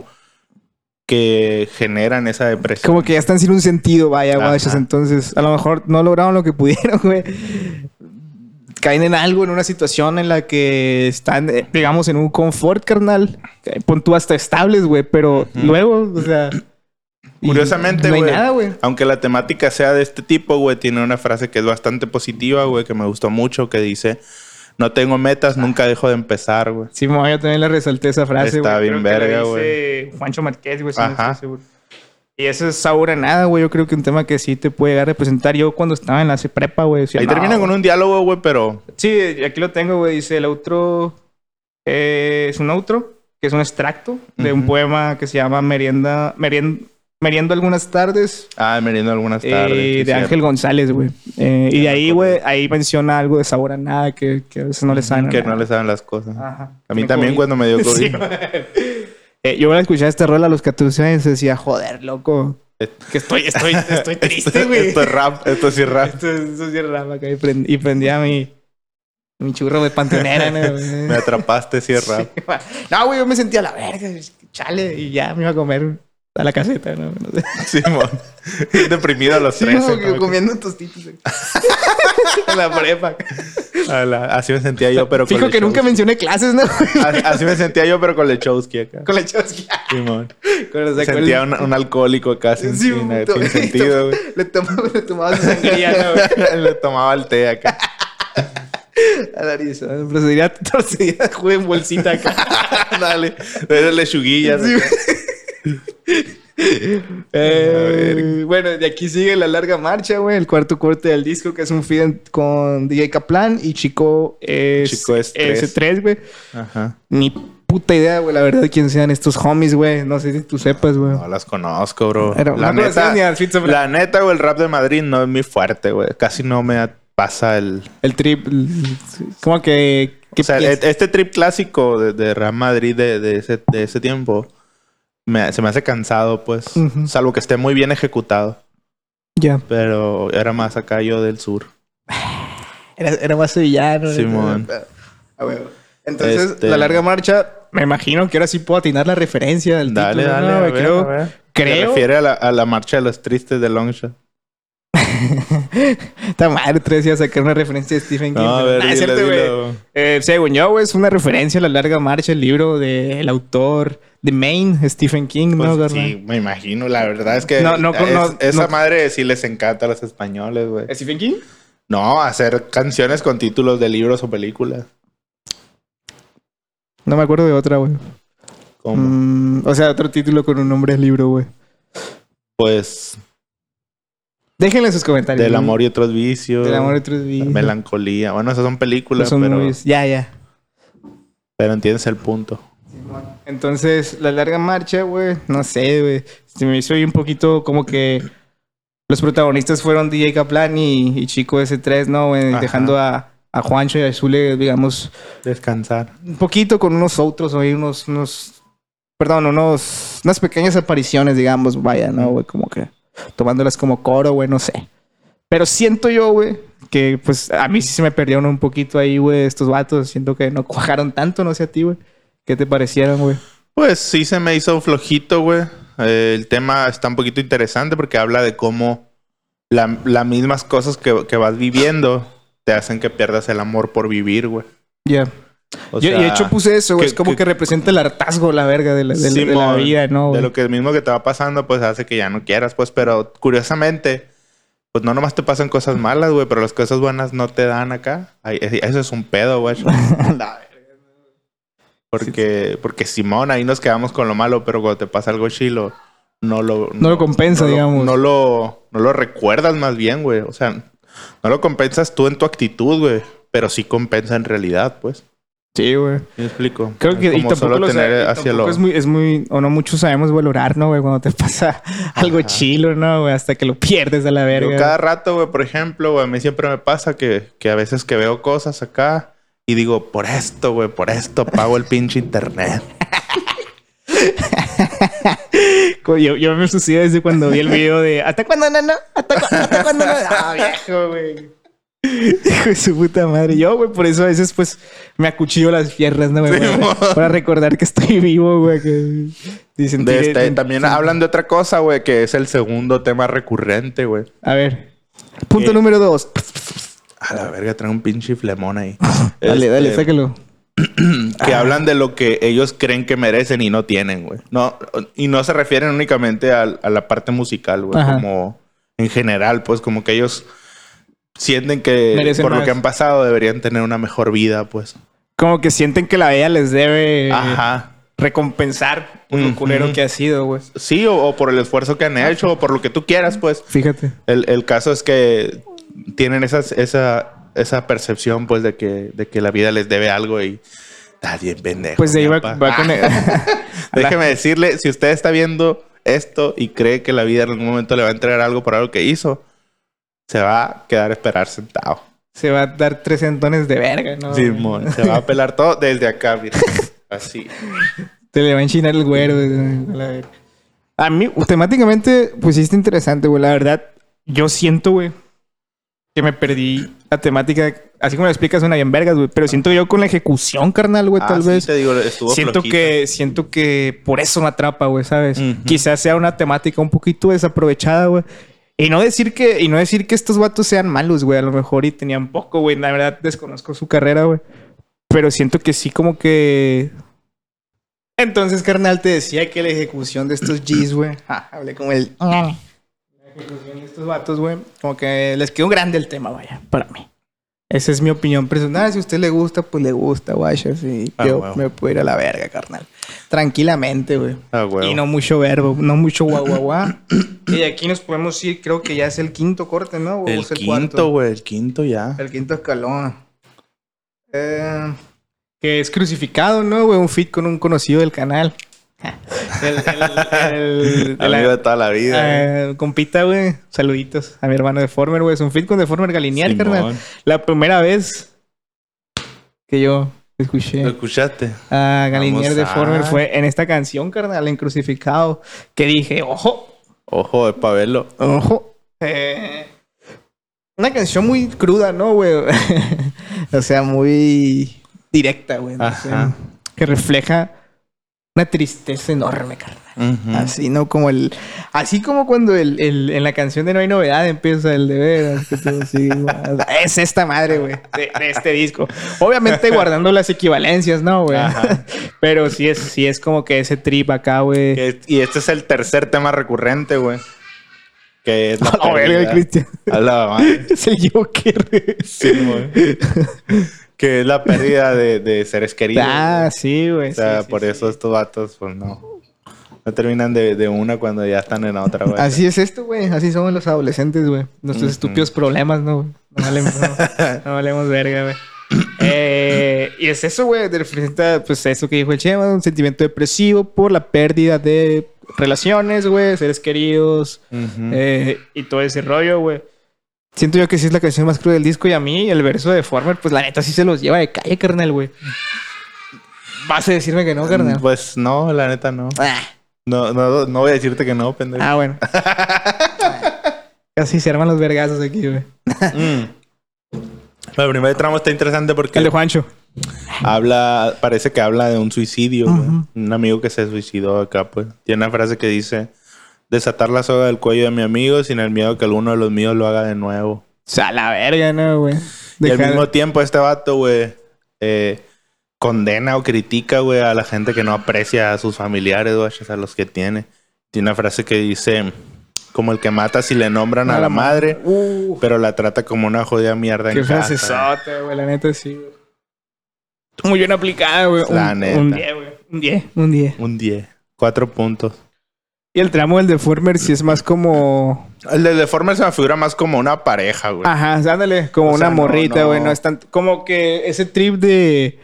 [SPEAKER 2] que generan esa depresión.
[SPEAKER 1] Como que ya están sin un sentido, vaya,
[SPEAKER 2] Ajá.
[SPEAKER 1] guachos. Entonces, a lo mejor no lograron lo que pudieron, güey. Caen en algo, en una situación en la que están, eh, digamos, en un confort, carnal. Eh, Pon tú hasta estables, güey. Pero luego, o sea... y
[SPEAKER 2] Curiosamente,
[SPEAKER 1] no hay
[SPEAKER 2] güey,
[SPEAKER 1] nada, güey.
[SPEAKER 2] aunque la temática sea de este tipo, güey, tiene una frase que es bastante positiva, güey, que me gustó mucho, que dice... No tengo metas, nunca dejo de empezar, güey.
[SPEAKER 1] Sí, mo, yo también le resalté esa frase,
[SPEAKER 2] Está
[SPEAKER 1] güey.
[SPEAKER 2] bien
[SPEAKER 1] Creo que
[SPEAKER 2] verga,
[SPEAKER 1] la dice Juancho Márquez, güey, si no
[SPEAKER 2] Ajá.
[SPEAKER 1] estoy seguro. Y eso es sabor a nada, güey. Yo creo que un tema que sí te puede llegar a representar. Yo cuando estaba en la prepa, güey, decía,
[SPEAKER 2] Ahí
[SPEAKER 1] no,
[SPEAKER 2] termina con
[SPEAKER 1] güey.
[SPEAKER 2] un diálogo, güey, pero...
[SPEAKER 1] Sí, aquí lo tengo, güey. Dice el outro... eh, es un outro, que es un extracto de un
[SPEAKER 2] Ujú.
[SPEAKER 1] poema que se llama Merienda... Merien- Meriendo algunas tardes.
[SPEAKER 2] Ah, meriendo algunas
[SPEAKER 1] eh,
[SPEAKER 2] tardes. sí,
[SPEAKER 1] de
[SPEAKER 2] cierto.
[SPEAKER 1] Ángel González, güey. Eh, y
[SPEAKER 2] Ya
[SPEAKER 1] de
[SPEAKER 2] me
[SPEAKER 1] ahí,
[SPEAKER 2] acordé.
[SPEAKER 1] güey, ahí menciona algo de sabor a nada que, que a veces no le saben. a
[SPEAKER 2] Que
[SPEAKER 1] nada.
[SPEAKER 2] no le saben las cosas.
[SPEAKER 1] Ajá.
[SPEAKER 2] A mí
[SPEAKER 1] Me
[SPEAKER 2] también
[SPEAKER 1] COVID.
[SPEAKER 2] cuando me dio COVID.
[SPEAKER 1] Sí, güey. Eh, yo al escuchar esta rola a los catorce años decía, joder, loco. Que estoy, estoy, estoy triste, güey.
[SPEAKER 2] Esto es rap, esto sí es rap.
[SPEAKER 1] Esto, esto sí es rap acá. Y, prend- y prendía mi, mi churro de panteonera, ¿no?
[SPEAKER 2] Me atrapaste, sí es rap.
[SPEAKER 1] Sí, güey. No, güey, yo me sentía a la verga. Chale, y ya me iba a comer a la caseta, ¿no? No sé.
[SPEAKER 2] Simón. Deprimido a los
[SPEAKER 1] Sí,
[SPEAKER 2] trece.
[SPEAKER 1] como que
[SPEAKER 2] ¿no?
[SPEAKER 1] comiendo tostitos. güey. En la prepa.
[SPEAKER 2] A la- Así me sentía yo, pero
[SPEAKER 1] Fijo
[SPEAKER 2] con
[SPEAKER 1] que nunca
[SPEAKER 2] Lechowski.
[SPEAKER 1] mencioné clases, ¿no?
[SPEAKER 2] Así, así me sentía yo, pero con Lechowski acá.
[SPEAKER 1] Con la chosquilla.
[SPEAKER 2] Simón.
[SPEAKER 1] Con o sea, con
[SPEAKER 2] Sentía
[SPEAKER 1] el-
[SPEAKER 2] un, un alcohólico acá sin,
[SPEAKER 1] Sí,
[SPEAKER 2] sin,
[SPEAKER 1] puto,
[SPEAKER 2] sin
[SPEAKER 1] güey.
[SPEAKER 2] sentido, güey.
[SPEAKER 1] Le tomaba, le tomaba su sangría, ¿no, güey?
[SPEAKER 2] Le tomaba el té acá.
[SPEAKER 1] A la risa. Procedía, procedía, jugué en bolsita acá.
[SPEAKER 2] Dale. Eres lechuguillas.
[SPEAKER 1] Sí,
[SPEAKER 2] acá.
[SPEAKER 1] Eh, bueno, de aquí sigue la larga marcha, güey. El cuarto corte del disco, que es un feed con D J Kaplan y Chico es,
[SPEAKER 2] Chico es tres.
[SPEAKER 1] S tres, güey.
[SPEAKER 2] Ajá.
[SPEAKER 1] Ni puta idea, güey, la verdad, de quién sean estos homies, güey. No sé si tú sepas, güey.
[SPEAKER 2] No las conozco, bro.
[SPEAKER 1] Pero
[SPEAKER 2] la,
[SPEAKER 1] no conocías
[SPEAKER 2] neta,
[SPEAKER 1] ni a Fitz O'Brien.
[SPEAKER 2] la neta, güey, el rap de Madrid no es muy fuerte, güey. Casi no me pasa el...
[SPEAKER 1] El trip, el- como que... que
[SPEAKER 2] O sea,
[SPEAKER 1] piensas?
[SPEAKER 2] e- este trip clásico de, de Real Madrid de, de, ese, de ese tiempo me- se me hace cansado, pues.
[SPEAKER 1] Ujú.
[SPEAKER 2] Salvo que esté muy bien ejecutado.
[SPEAKER 1] Ya.
[SPEAKER 2] Pero era más acá yo del sur.
[SPEAKER 1] Era, era más sevillano.
[SPEAKER 2] Simón.
[SPEAKER 1] Ah, bueno. Entonces,
[SPEAKER 2] Este-
[SPEAKER 1] La Larga Marcha, me imagino que ahora sí puedo atinar la referencia del
[SPEAKER 2] Dale,
[SPEAKER 1] título.
[SPEAKER 2] dale.
[SPEAKER 1] ¿no?
[SPEAKER 2] a
[SPEAKER 1] güey?
[SPEAKER 2] ver,
[SPEAKER 1] creo,
[SPEAKER 2] a ver. Se
[SPEAKER 1] creo.
[SPEAKER 2] refiere a la, a la marcha de los tristes de Longshot.
[SPEAKER 1] Está mal, te decía sacar una referencia de Stephen King.
[SPEAKER 2] No, a
[SPEAKER 1] pero-
[SPEAKER 2] ver,
[SPEAKER 1] Nah, es
[SPEAKER 2] dilo,
[SPEAKER 1] cierto, güey.
[SPEAKER 2] dilo.
[SPEAKER 1] Eh, según yo, güey, es una referencia a La Larga Marcha, el libro del autor de Maine, Stephen King,
[SPEAKER 2] Pues
[SPEAKER 1] ¿no, carnal?
[SPEAKER 2] sí, me imagino. La verdad es que
[SPEAKER 1] No, no,
[SPEAKER 2] es-
[SPEAKER 1] no,
[SPEAKER 2] esa
[SPEAKER 1] no.
[SPEAKER 2] madre sí les encanta a los españoles, güey.
[SPEAKER 1] ¿Stephen King?
[SPEAKER 2] No, hacer canciones con títulos de libros o películas.
[SPEAKER 1] No me acuerdo de otra, güey.
[SPEAKER 2] Como,
[SPEAKER 1] Mm, o sea, otro título con un nombre de libro, güey.
[SPEAKER 2] pues,
[SPEAKER 1] Déjenle en sus comentarios.
[SPEAKER 2] Del
[SPEAKER 1] ¿no?
[SPEAKER 2] amor y otros vicios.
[SPEAKER 1] Del amor y otros vicios.
[SPEAKER 2] Melancolía. Bueno, esas son películas,
[SPEAKER 1] Son
[SPEAKER 2] pero,
[SPEAKER 1] movies. Ya, ya.
[SPEAKER 2] pero entiendes el punto.
[SPEAKER 1] Entonces, La Larga Marcha, güey, no sé, güey. Se me hizo ahí un poquito como que los protagonistas fueron D J Kaplan y, y Chico S tres, ¿no, güey?
[SPEAKER 2] Ajá.
[SPEAKER 1] Dejando a, a Juancho y a Zule, digamos,
[SPEAKER 2] Descansar.
[SPEAKER 1] un poquito con unos otros, güey, unos, unos, perdón, unos, unas pequeñas apariciones, digamos, vaya, ¿no, güey? Como que tomándolas como coro, güey, no sé. Pero siento yo, güey, que pues a mí sí se me perdieron un poquito ahí, güey, estos vatos. Siento que no cuajaron tanto, no sé a ti, güey. ¿Qué te parecieron, güey?
[SPEAKER 2] Pues sí se me hizo flojito, güey. Eh, el tema está un poquito interesante porque habla de cómo la- las mismas cosas que, que vas viviendo te hacen que pierdas el amor por vivir, güey.
[SPEAKER 1] Ya.
[SPEAKER 2] O
[SPEAKER 1] Yo, y de
[SPEAKER 2] sea,
[SPEAKER 1] hecho puse eso, güey.
[SPEAKER 2] que-
[SPEAKER 1] Es como
[SPEAKER 2] que-
[SPEAKER 1] que, representa el hartazgo, la verga de la, de, la- de la
[SPEAKER 2] Simón,
[SPEAKER 1] vida, ¿no?
[SPEAKER 2] de
[SPEAKER 1] güey?
[SPEAKER 2] lo que el mismo que te va pasando, pues hace que ya no quieras, pues. Pero curiosamente, pues no nomás te pasan cosas malas, güey, pero las cosas buenas no te dan acá. Ay, eso es un pedo, güey. Porque, porque Simón, ahí nos quedamos con lo malo, pero cuando te pasa algo chilo, no lo...
[SPEAKER 1] No lo compensa,
[SPEAKER 2] no lo-
[SPEAKER 1] digamos.
[SPEAKER 2] no lo, no lo recuerdas más bien, güey. O sea, no lo compensas tú en tu actitud, güey. Pero sí compensa en realidad, pues.
[SPEAKER 1] Sí, güey.
[SPEAKER 2] ¿Me explico?
[SPEAKER 1] Creo que
[SPEAKER 2] Es
[SPEAKER 1] y
[SPEAKER 2] como
[SPEAKER 1] tampoco,
[SPEAKER 2] solo
[SPEAKER 1] lo
[SPEAKER 2] tener
[SPEAKER 1] sabe- y
[SPEAKER 2] hacia
[SPEAKER 1] tampoco
[SPEAKER 2] lo...
[SPEAKER 1] es muy, es muy, o no muchos sabemos valorar, ¿no, güey? Cuando te pasa algo
[SPEAKER 2] Ajá.
[SPEAKER 1] chilo, ¿no, güey? Hasta que lo pierdes a la verga.
[SPEAKER 2] Yo cada rato, güey, por ejemplo, güey, a mí siempre me pasa que, que a veces que veo cosas acá y digo, por esto, güey, por esto pago el pinche internet.
[SPEAKER 1] Yo, yo me sucedió desde cuando vi el video de ¿hasta cuándo, no, no? ¿Hasta, cu- hasta cuándo, no? Ah, viejo, güey. Hijo de su puta madre. Yo, güey, por eso a veces, pues, me acuchillo las piernas, ¿no, güey?
[SPEAKER 2] Sí,
[SPEAKER 1] para,
[SPEAKER 2] mo.
[SPEAKER 1] para recordar que estoy vivo, güey. Que... Dicen,
[SPEAKER 2] De
[SPEAKER 1] "Tire-
[SPEAKER 2] este, también hablan de otra cosa, güey, que es el segundo tema recurrente, güey.
[SPEAKER 1] A ver. Punto
[SPEAKER 2] ¿Qué?
[SPEAKER 1] número dos.
[SPEAKER 2] A la verga, trae un pinche flemón ahí.
[SPEAKER 1] Dale,
[SPEAKER 2] Este,
[SPEAKER 1] dale, sácalo.
[SPEAKER 2] Que hablan de lo que ellos creen que merecen y no tienen, güey. No, y no se refieren únicamente a, a la parte musical, güey.
[SPEAKER 1] Ajá.
[SPEAKER 2] Como en general, pues como que ellos sienten que
[SPEAKER 1] Merecen
[SPEAKER 2] por lo
[SPEAKER 1] más.
[SPEAKER 2] que han pasado deberían tener una mejor vida, pues.
[SPEAKER 1] Como que sienten que la vida les debe
[SPEAKER 2] Ajá.
[SPEAKER 1] recompensar por lo
[SPEAKER 2] Ujú.
[SPEAKER 1] culero que ha sido, güey.
[SPEAKER 2] Sí, o, o por el esfuerzo que han hecho, o por lo que tú quieras, pues.
[SPEAKER 1] Fíjate.
[SPEAKER 2] El, el caso es que tienen esas, esa, esa percepción, pues, de que, de que la vida les debe algo y está bien pendejo.
[SPEAKER 1] Pues de ahí
[SPEAKER 2] mi
[SPEAKER 1] va,
[SPEAKER 2] papá.
[SPEAKER 1] va con...
[SPEAKER 2] Déjeme decirle, si usted está viendo esto y cree que la vida en algún momento le va a entregar algo por algo que hizo, se va a quedar a esperar sentado.
[SPEAKER 1] Se va a dar tres centones de verga, ¿no?
[SPEAKER 2] Simón, se va a pelar todo desde acá, mira. Así.
[SPEAKER 1] Te le va a enchinar el güero. güey, a la verga. A mí, temáticamente, pues sí está interesante, güey. La verdad, yo siento, güey, que me perdí la temática. Así como lo explicas, suena bien vergas, güey. Pero siento yo con la ejecución, carnal, güey,
[SPEAKER 2] Ah,
[SPEAKER 1] tal
[SPEAKER 2] sí,
[SPEAKER 1] vez.
[SPEAKER 2] te digo, estuvo
[SPEAKER 1] Siento
[SPEAKER 2] flojita.
[SPEAKER 1] que, siento que por eso me atrapa, güey, ¿sabes?
[SPEAKER 2] Ujú.
[SPEAKER 1] Quizás sea una temática un poquito desaprovechada, güey. Y no decir que, y no decir que estos vatos sean malos, güey. A lo mejor y tenían poco, güey. La verdad, desconozco su carrera, güey. Pero siento que sí, como que. Entonces, carnal, te decía que la ejecución de estos G's, güey. Ah, hablé como el. La ejecución de estos vatos, güey. Como que les quedó grande el tema, vaya, para mí. Esa es mi opinión personal. Si a usted le gusta, pues le gusta, guacha. Sí,
[SPEAKER 2] Ah,
[SPEAKER 1] yo
[SPEAKER 2] huevo.
[SPEAKER 1] me puedo ir a la verga, carnal. Tranquilamente, güey.
[SPEAKER 2] Ah, huevo.
[SPEAKER 1] Y no mucho verbo, no mucho guau, guau, guau. Y aquí nos podemos ir, creo que ya es el quinto corte, ¿no? ¿O
[SPEAKER 2] El
[SPEAKER 1] es
[SPEAKER 2] quinto,
[SPEAKER 1] cuarto?
[SPEAKER 2] güey, el quinto ya.
[SPEAKER 1] El quinto escalón. Eh, que es Crucificado, ¿no, güey? Un feat con un conocido del canal. el, el, el- de la-
[SPEAKER 2] Amigo de toda la vida.
[SPEAKER 1] eh, compita, güey. Saluditos a mi hermano Deformer, güey. Es un feat con Deformer Galinier,
[SPEAKER 2] Simón.
[SPEAKER 1] carnal. La primera vez que yo escuché
[SPEAKER 2] ¿Lo escuchaste?
[SPEAKER 1] a Galinier
[SPEAKER 2] Vamos
[SPEAKER 1] Deformer
[SPEAKER 2] a-
[SPEAKER 1] fue en esta canción, carnal, en Crucificado. Que dije, ojo,
[SPEAKER 2] Ojo, es para verlo.
[SPEAKER 1] ojo. Eh, Una canción muy cruda, ¿no, güey? O sea, muy directa, güey. No sé, que refleja una tristeza enorme, carnal. Uh-huh. Así, ¿no? Como el... Así como cuando el, el, en la canción de No hay novedad empieza el de veras. Que todo así, es esta madre, güey. De, de este disco. Obviamente guardando las equivalencias, ¿no, güey? Pero sí es, sí es como que ese trip acá, güey.
[SPEAKER 2] Y este es el tercer tema recurrente, güey. Que es la
[SPEAKER 1] oh, verga, Cristian.
[SPEAKER 2] A la madre.
[SPEAKER 1] Es el Joker.
[SPEAKER 2] Sí, güey. Que es la pérdida de, de seres queridos.
[SPEAKER 1] Ah,
[SPEAKER 2] güey.
[SPEAKER 1] Sí, güey.
[SPEAKER 2] O sea,
[SPEAKER 1] sí,
[SPEAKER 2] por
[SPEAKER 1] sí,
[SPEAKER 2] eso
[SPEAKER 1] sí.
[SPEAKER 2] estos vatos, pues no. No terminan de, de una cuando ya están en otra, güey.
[SPEAKER 1] Así es esto, güey. Así somos los adolescentes, güey. Nuestros uh-huh. estúpidos problemas, ¿no? No valemos, no, no valemos verga, güey. eh, y es eso, güey. Representa, pues, eso que dijo el Chema. Un sentimiento depresivo por la pérdida de relaciones, güey. Seres queridos. Uh-huh. eh, y todo ese rollo, güey. Siento yo que sí es la canción más cruda del disco. Y a mí, el verso de Former, pues, la neta sí se los lleva de calle, carnal, güey. ¿Vas a decirme que no, carnal?
[SPEAKER 2] Pues, no. La neta, no. Ah. No, no, no voy a decirte que no, pendejo.
[SPEAKER 1] Ah, bueno. Casi se arman los vergazos aquí, güey.
[SPEAKER 2] mm. El primer tramo está interesante porque...
[SPEAKER 1] El de Juancho.
[SPEAKER 2] Habla... Parece que habla de un suicidio, uh-huh. güey. Un amigo que se suicidó acá, pues. Tiene una frase que dice... Desatar la soga del cuello de mi amigo sin el miedo que alguno de los míos lo haga de nuevo.
[SPEAKER 1] O sea, la verga, ¿no, güey?
[SPEAKER 2] Y al mismo tiempo este vato, güey... Eh... condena o critica, güey, a la gente que no aprecia a sus familiares, güey, a los que tiene. Tiene una frase que dice... Como el que mata si le nombran a, a la madre, madre uh, pero la trata como una jodida mierda en casa.
[SPEAKER 1] Qué frasesota, güey. La neta sí, güey. Muy bien aplicada, güey.
[SPEAKER 2] La
[SPEAKER 1] un,
[SPEAKER 2] neta.
[SPEAKER 1] Un diez, güey. Un diez. Un diez.
[SPEAKER 2] Un diez. Cuatro puntos.
[SPEAKER 1] Y el tramo del Deformer sí es más como...
[SPEAKER 2] El del Deformer se me figura más como una pareja, güey.
[SPEAKER 1] Ajá, ándale. Como o una sea, morrita, güey. No, no. no es tan... Como que ese trip de...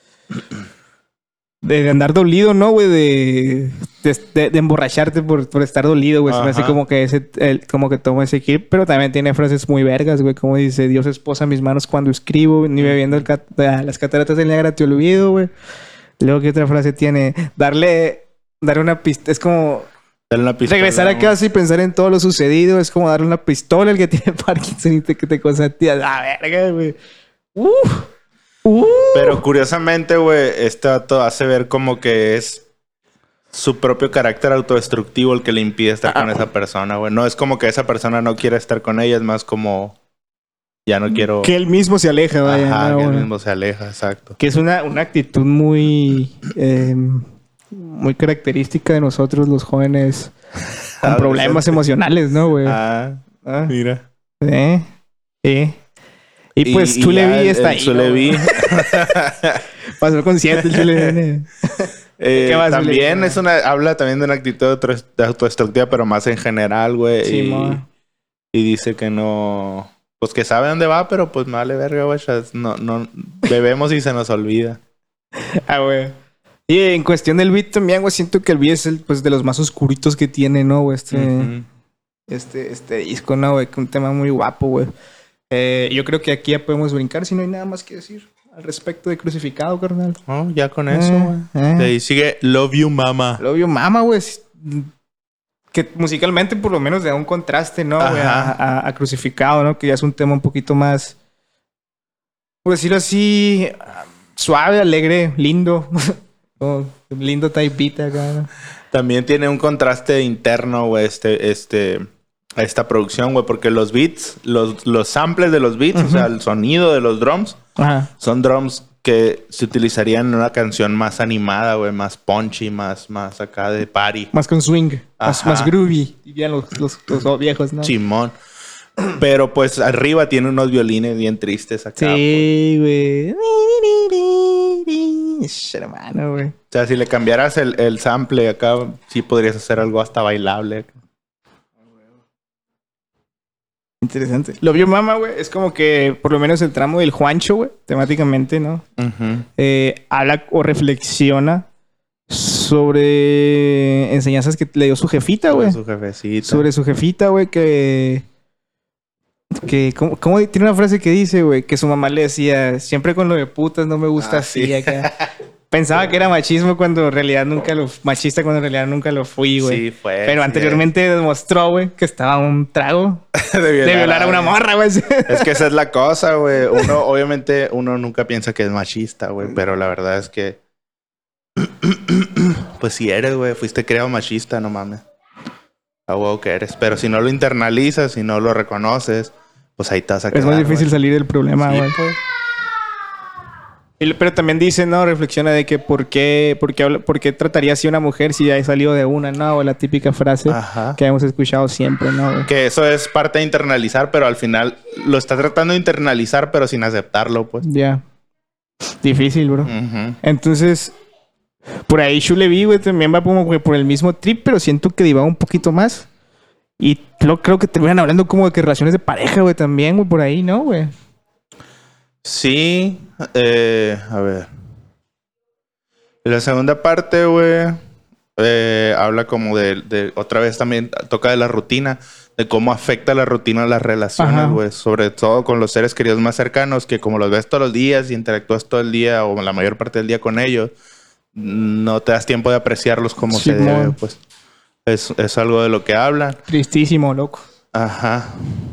[SPEAKER 1] De andar dolido, ¿no, güey? De, de, de emborracharte por, por estar dolido, güey. Se me hace como que ese... El, como que toma ese clip. Pero también tiene frases muy vergas, güey. Como dice... Dios esposa mis manos cuando escribo. Ni bebiendo el cat, las cataratas del Niágara te olvido, güey. Luego, ¿qué otra frase tiene? Darle... Darle una pista... Es como...
[SPEAKER 2] Darle una pistola.
[SPEAKER 1] Regresar a casa y pensar en todo lo sucedido. Es como darle una pistola al que tiene Parkinson y te, que te consentía. ¡Ah, verga, güey! ¡Uf! Uh.
[SPEAKER 2] Pero curiosamente, güey, este dato hace ver como que es su propio carácter autodestructivo el que le impide estar ah. con esa persona, güey. No es como que esa persona no quiera estar con ella, es más como... Ya no quiero...
[SPEAKER 1] Que él mismo se aleja, vaya.
[SPEAKER 2] Ajá,
[SPEAKER 1] no,
[SPEAKER 2] que
[SPEAKER 1] bueno.
[SPEAKER 2] él mismo se aleja, exacto.
[SPEAKER 1] Que es una, una actitud muy... Eh, muy característica de nosotros los jóvenes con problemas emocionales, ¿no, güey?
[SPEAKER 2] Ah, ah, mira.
[SPEAKER 1] Sí, sí. Y pues y, Chulevi está ahí.
[SPEAKER 2] Chulevi.
[SPEAKER 1] Pasó el concierto el Chulevi.
[SPEAKER 2] eh, ¿Qué más, también Chulevi? Es una... Habla también de una actitud de autodestructiva, pero más en general, güey. Sí, y, y dice que no... Pues que sabe dónde va, pero pues vale verga, güey. No, no... Bebemos y se nos olvida.
[SPEAKER 1] Ah, güey. Y en cuestión del beat también, güey. Siento que el beat es el, pues, de los más oscuritos que tiene, ¿no, güey? Este... Uh-huh. Este, este disco, ¿no, güey? Que un tema muy guapo, güey. Eh, yo creo que aquí ya podemos brincar si no hay nada más que decir al respecto de Crucificado, carnal.
[SPEAKER 2] Oh, ya con eso, güey. Eh, eh. Ahí sigue Love You Mama.
[SPEAKER 1] Love You Mama, güey. Que musicalmente por lo menos le da un contraste, ¿no, güey? A, a, a Crucificado, ¿no? Que ya es un tema un poquito más, por decirlo así, suave, alegre, lindo. Oh, lindo type beat acá, ¿no?
[SPEAKER 2] También tiene un contraste interno, güey, este... este... a esta producción, güey, porque los beats, los, los samples de los beats, uh-huh. o sea, el sonido de los drums, uh-huh. son drums que se utilizarían en una canción más animada, güey, más punchy, más, más acá de party.
[SPEAKER 1] Más con swing, más, más groovy, dirían los, los, los viejos, ¿no?
[SPEAKER 2] Chimón. Pero pues arriba tiene unos violines bien tristes acá.
[SPEAKER 1] Sí, güey. Hermano, güey.
[SPEAKER 2] O sea, si le cambiaras el, el sample acá, sí podrías hacer algo hasta bailable.
[SPEAKER 1] Interesante. Lo vio Mama, güey. Es como que, por lo menos el tramo del Juancho, güey, temáticamente, ¿no? Uh-huh. Eh, habla o reflexiona sobre enseñanzas que le dio su jefita, güey.
[SPEAKER 2] Sobre su jefecita.
[SPEAKER 1] Sobre su jefita, güey, que... que ¿cómo, cómo tiene una frase que dice, güey? Que su mamá le decía, siempre con lo de putas no me gusta ah, así, sí. acá. Pensaba que era machismo cuando en realidad nunca lo... Machista cuando en realidad nunca lo fui, güey.
[SPEAKER 2] Sí, fue.
[SPEAKER 1] Pero
[SPEAKER 2] sí,
[SPEAKER 1] anteriormente demostró, güey, que estaba un trago
[SPEAKER 2] de violar,
[SPEAKER 1] de violar a una morra, güey.
[SPEAKER 2] Es que esa es la cosa, güey. Uno, obviamente, uno nunca piensa que es machista, güey. Pero la verdad es que... pues si eres, güey. Fuiste creado machista, no mames. A huevo que eres. Pero si no lo internalizas, si no lo reconoces, pues ahí te vas a quedar,
[SPEAKER 1] Es más difícil
[SPEAKER 2] güey.
[SPEAKER 1] salir del problema,
[SPEAKER 2] Sí,
[SPEAKER 1] güey.
[SPEAKER 2] pues.
[SPEAKER 1] Y- Pero también dice, ¿no? Reflexiona de que por qué, por qué, habla- por qué trataría así a una mujer si ya he salido de una, ¿no? O la típica frase
[SPEAKER 2] Ajá.
[SPEAKER 1] que hemos escuchado siempre, ¿no? güey?
[SPEAKER 2] Que eso es parte de internalizar, pero al final lo está tratando de internalizar, pero sin aceptarlo, pues.
[SPEAKER 1] Ya. Difícil, bro.
[SPEAKER 2] Ujú.
[SPEAKER 1] Entonces, por ahí Shu le vi, güey, también va como que por el mismo trip, pero siento que divaga un poquito más. Y lo, creo que terminan hablando como de que relaciones de pareja, güey, también, güey, por ahí, ¿no, güey?
[SPEAKER 2] Sí, eh, a ver. La segunda parte, güey, eh, habla como de, de, otra vez también toca de la rutina, de cómo afecta la rutina a las
[SPEAKER 1] Ajá.
[SPEAKER 2] relaciones, güey, sobre todo con los seres queridos más cercanos, que como los ves todos los días y interactúas todo el día o la mayor parte del día con ellos, no te das tiempo de apreciarlos como se
[SPEAKER 1] Simón.
[SPEAKER 2] debe, pues. Es, es algo de lo que hablan.
[SPEAKER 1] Tristísimo, loco.
[SPEAKER 2] Ajá.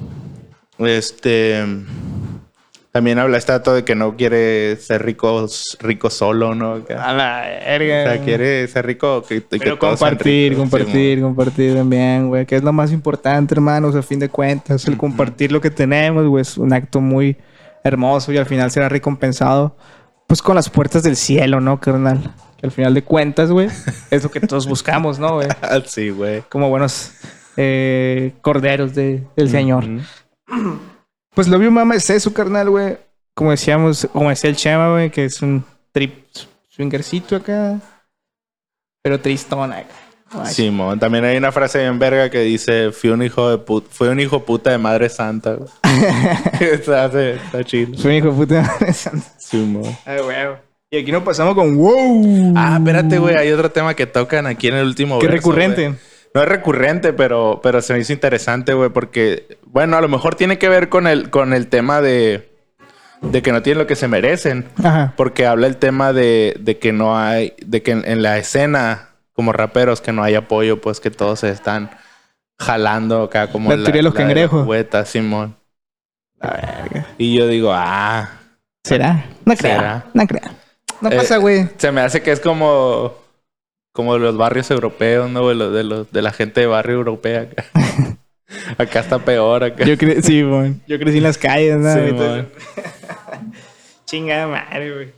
[SPEAKER 2] Este... También habla este dato de que no quiere ser rico, rico solo, ¿no? Acá.
[SPEAKER 1] A la verga.
[SPEAKER 2] O sea, quiere ser rico que, que
[SPEAKER 1] Pero
[SPEAKER 2] todos sean
[SPEAKER 1] compartir,
[SPEAKER 2] ricos.
[SPEAKER 1] compartir, compartir también, güey. Que es lo más importante, hermanos, a fin de cuentas. El compartir lo que tenemos, güey, es un acto muy hermoso y al final será recompensado, pues, con las puertas del cielo, ¿no, carnal? Que al final de cuentas, güey, es lo que todos buscamos, ¿no, güey?
[SPEAKER 2] Sí, güey.
[SPEAKER 1] Como buenos eh, corderos de, del Señor.
[SPEAKER 2] Ujú.
[SPEAKER 1] Pues lo vio mama es eso, carnal, güey. Como decíamos, como decía el Chema, güey, que es un trip swingercito acá. Pero tristón acá. Ay,
[SPEAKER 2] Simón, también hay una frase en verga que dice: Fui un hijo de puta, fue un hijo puta de madre santa, güey. está, está chido.
[SPEAKER 1] Soy un hijo de puta madre santa.
[SPEAKER 2] Simón.
[SPEAKER 1] Ay, güey. Y aquí nos pasamos con wow.
[SPEAKER 2] Ah, espérate, güey. Hay otro tema que tocan aquí en el último
[SPEAKER 1] Qué
[SPEAKER 2] verso,
[SPEAKER 1] recurrente.
[SPEAKER 2] güey. No es recurrente, pero, pero se me hizo interesante, güey, porque, bueno, a lo mejor tiene que ver con el, con el tema de, de que no tienen lo que se merecen.
[SPEAKER 1] Ajá.
[SPEAKER 2] Porque habla el tema de, de que no hay, de que en, en la escena, como raperos, que no hay apoyo, pues que todos se están jalando acá como
[SPEAKER 1] La teoría de los cangrejos.
[SPEAKER 2] Hueta, Simón.
[SPEAKER 1] La verga.
[SPEAKER 2] Y yo digo, ah,
[SPEAKER 1] ¿Será? No creo.
[SPEAKER 2] ¿Será?
[SPEAKER 1] No creo. No
[SPEAKER 2] Eh,
[SPEAKER 1] pasa, güey.
[SPEAKER 2] se me hace que es como, como los barrios europeos, ¿no? güey? Los de, los, de la gente de barrio europea acá. Acá está peor, acá.
[SPEAKER 1] Yo cre sí, güey. Yo crecí en las calles, ¿no?
[SPEAKER 2] Sí,
[SPEAKER 1] Entonces-
[SPEAKER 2] mon.
[SPEAKER 1] Chingada madre, güey.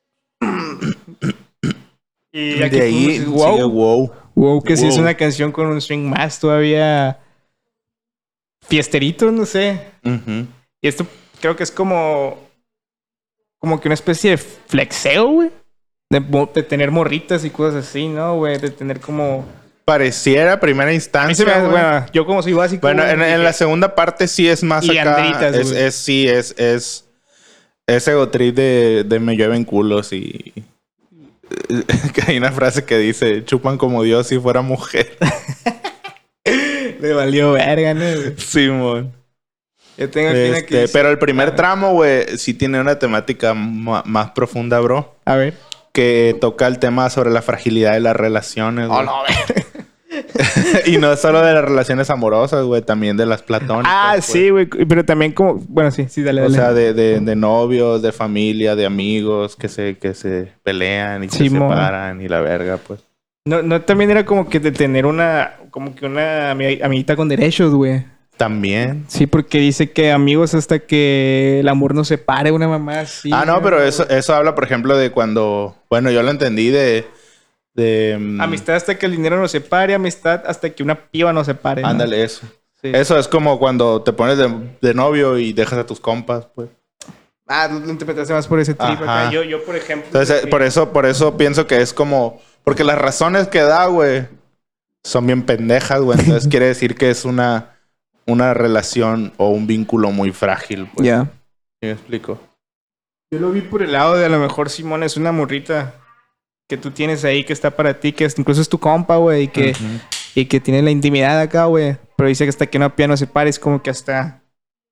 [SPEAKER 1] y
[SPEAKER 2] De
[SPEAKER 1] aquí
[SPEAKER 2] ahí
[SPEAKER 1] tú- wow.
[SPEAKER 2] sigue wow.
[SPEAKER 1] Wow, que sí es
[SPEAKER 2] Wow.
[SPEAKER 1] una canción con un swing más todavía fiesterito, no sé.
[SPEAKER 2] Ujú.
[SPEAKER 1] Y esto creo que es como como que una especie de flexeo, güey. De, mo- de tener morritas y cosas así, ¿no, güey? De tener como...
[SPEAKER 2] Pareciera a primera
[SPEAKER 1] A mí
[SPEAKER 2] instancia.
[SPEAKER 1] se me hace,
[SPEAKER 2] güey.
[SPEAKER 1] bueno, yo como soy básico...
[SPEAKER 2] Bueno,
[SPEAKER 1] güey,
[SPEAKER 2] en, en
[SPEAKER 1] dije,
[SPEAKER 2] la segunda parte sí es más
[SPEAKER 1] Y
[SPEAKER 2] acá.
[SPEAKER 1] andritas,
[SPEAKER 2] es,
[SPEAKER 1] güey.
[SPEAKER 2] es, sí, es, es, es egotrip de, de me llueven culos y... que hay una frase que dice, chupan como Dios si fuera mujer.
[SPEAKER 1] Le valió verga, ¿no? güey?
[SPEAKER 2] Simón.
[SPEAKER 1] Yo tengo aquí una que
[SPEAKER 2] Este,
[SPEAKER 1] dice-
[SPEAKER 2] pero el primer tramo, güey, sí tiene una temática ma- más profunda, bro.
[SPEAKER 1] A ver.
[SPEAKER 2] Que toca el tema sobre la fragilidad de las relaciones,
[SPEAKER 1] Oh,
[SPEAKER 2] güey.
[SPEAKER 1] no, a ver.
[SPEAKER 2] Y no solo de las relaciones amorosas, güey, también de las platónicas.
[SPEAKER 1] Ah,
[SPEAKER 2] güey.
[SPEAKER 1] sí, güey. Pero también como... Bueno, sí, sí, dale,
[SPEAKER 2] O
[SPEAKER 1] dale.
[SPEAKER 2] sea, de, de, de novios, de familia, de amigos que se, que se pelean y se
[SPEAKER 1] Simón.
[SPEAKER 2] separan y la verga, pues.
[SPEAKER 1] No, no, también era como que de tener una... Como que una ami- amiguita con derechos, güey.
[SPEAKER 2] También.
[SPEAKER 1] Sí, porque dice que amigos hasta que el amor nos separe, una mamá así.
[SPEAKER 2] ah, no,
[SPEAKER 1] güey.
[SPEAKER 2] pero eso, eso habla, por ejemplo, de cuando... Bueno, yo lo entendí de... de mm,
[SPEAKER 1] Amistad hasta que el dinero nos separe, amistad hasta que una piba nos separe. ¿no?
[SPEAKER 2] Ándale, eso.
[SPEAKER 1] Sí.
[SPEAKER 2] Eso es como cuando te pones de, de novio y dejas a tus compas, pues.
[SPEAKER 1] Ah, lo interpretaste más por ese trip
[SPEAKER 2] Ajá.
[SPEAKER 1] acá. Yo, yo, por ejemplo...
[SPEAKER 2] Entonces, eh, por eso, por eso pienso que es como... Porque las razones que da, güey, son bien pendejas, güey. Entonces quiere decir que es una, una relación o un vínculo muy frágil, pues.
[SPEAKER 1] Ya.
[SPEAKER 2] ¿Sí me explico?
[SPEAKER 1] Yo lo vi por el lado de a lo mejor Simón es una morrita que tú tienes ahí que está para ti, que es- incluso es tu compa, güey, y que,
[SPEAKER 2] Ujú.
[SPEAKER 1] y que tiene la intimidad acá, güey. Pero dice que hasta que una piba no se pare es como que hasta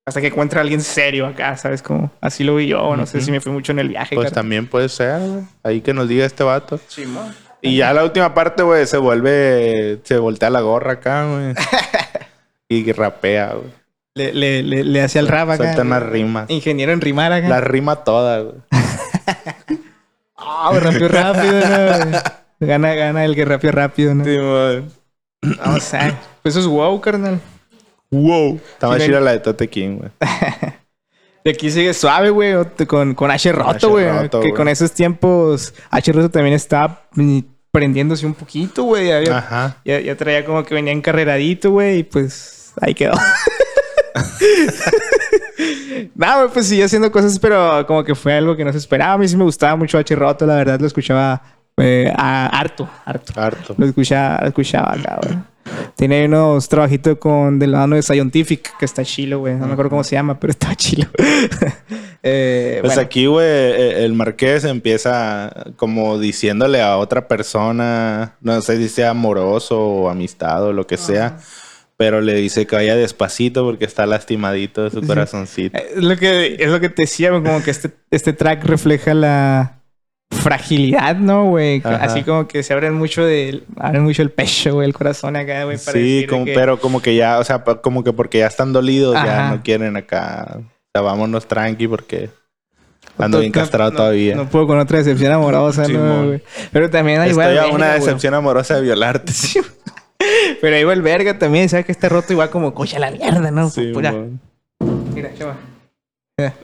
[SPEAKER 1] Hasta que encuentra a alguien serio acá, ¿sabes? Como así lo vi yo. No uh-huh. sé si me fui mucho en el viaje.
[SPEAKER 2] Pues
[SPEAKER 1] cara.
[SPEAKER 2] También puede ser, güey. Ahí que nos diga este vato.
[SPEAKER 1] Sí, man.
[SPEAKER 2] Y ya la última parte, güey, se vuelve... Se voltea la gorra acá, güey. Y rapea, güey.
[SPEAKER 1] Le, le, le, le hacía el rap acá.
[SPEAKER 2] Suelta unas rimas.
[SPEAKER 1] Ingeniero en rimar acá.
[SPEAKER 2] La rima toda, güey.
[SPEAKER 1] Ah, oh, rapeó rápido, ¿no? Gana, gana el que rapeó rápido, ¿no?
[SPEAKER 2] Sí, man.
[SPEAKER 1] O sea, pues eso es wow, carnal.
[SPEAKER 2] Wow. Está más chida la de Tote King, güey.
[SPEAKER 1] Y aquí sigue suave, güey, con, con H Roto, güey. Que wey. Con esos tiempos H Roto también estaba prendiéndose un poquito, güey. Ya,
[SPEAKER 2] Ajá.
[SPEAKER 1] Ya, ya traía como que venía encarreradito, güey, y pues ahí quedó. No, güey, pues siguió haciendo cosas, pero como que fue algo que no se esperaba. A mí sí me gustaba mucho H Roto, la verdad, lo escuchaba eh, a, harto, harto.
[SPEAKER 2] Harto.
[SPEAKER 1] Lo escuchaba, lo escuchaba acá, güey. Tiene unos trabajitos con del lado de Scientific, que está chilo, güey. No me acuerdo cómo se llama, pero está chilo. eh,
[SPEAKER 2] pues
[SPEAKER 1] bueno.
[SPEAKER 2] Aquí, güey, el Marqués empieza como diciéndole a otra persona, no sé si sea amoroso o amistad o lo que sea, uh-huh. pero le dice que vaya despacito porque está lastimadito de su sí. corazoncito.
[SPEAKER 1] Es lo que, es lo que te decía, como que este, este track refleja la fragilidad, ¿no, güey? Así como que se abren mucho de... Abren mucho el pecho, güey, el corazón acá, güey.
[SPEAKER 2] Sí, como, que... pero como que ya... O sea, como que porque ya están dolidos, ajá. ya no quieren acá... O sea, vámonos tranqui porque... Ando bien castrado
[SPEAKER 1] no,
[SPEAKER 2] todavía.
[SPEAKER 1] No puedo con otra decepción amorosa, sí, ¿no, güey? Pero también hay...
[SPEAKER 2] Estoy
[SPEAKER 1] igual
[SPEAKER 2] a una
[SPEAKER 1] verga,
[SPEAKER 2] decepción
[SPEAKER 1] güey.
[SPEAKER 2] amorosa de violarte. Sí.
[SPEAKER 1] Pero ahí va el verga también. ¿Sabes que está roto igual como cocha la mierda, no?
[SPEAKER 2] Sí,
[SPEAKER 1] Pura. Mira, chaval. Mira.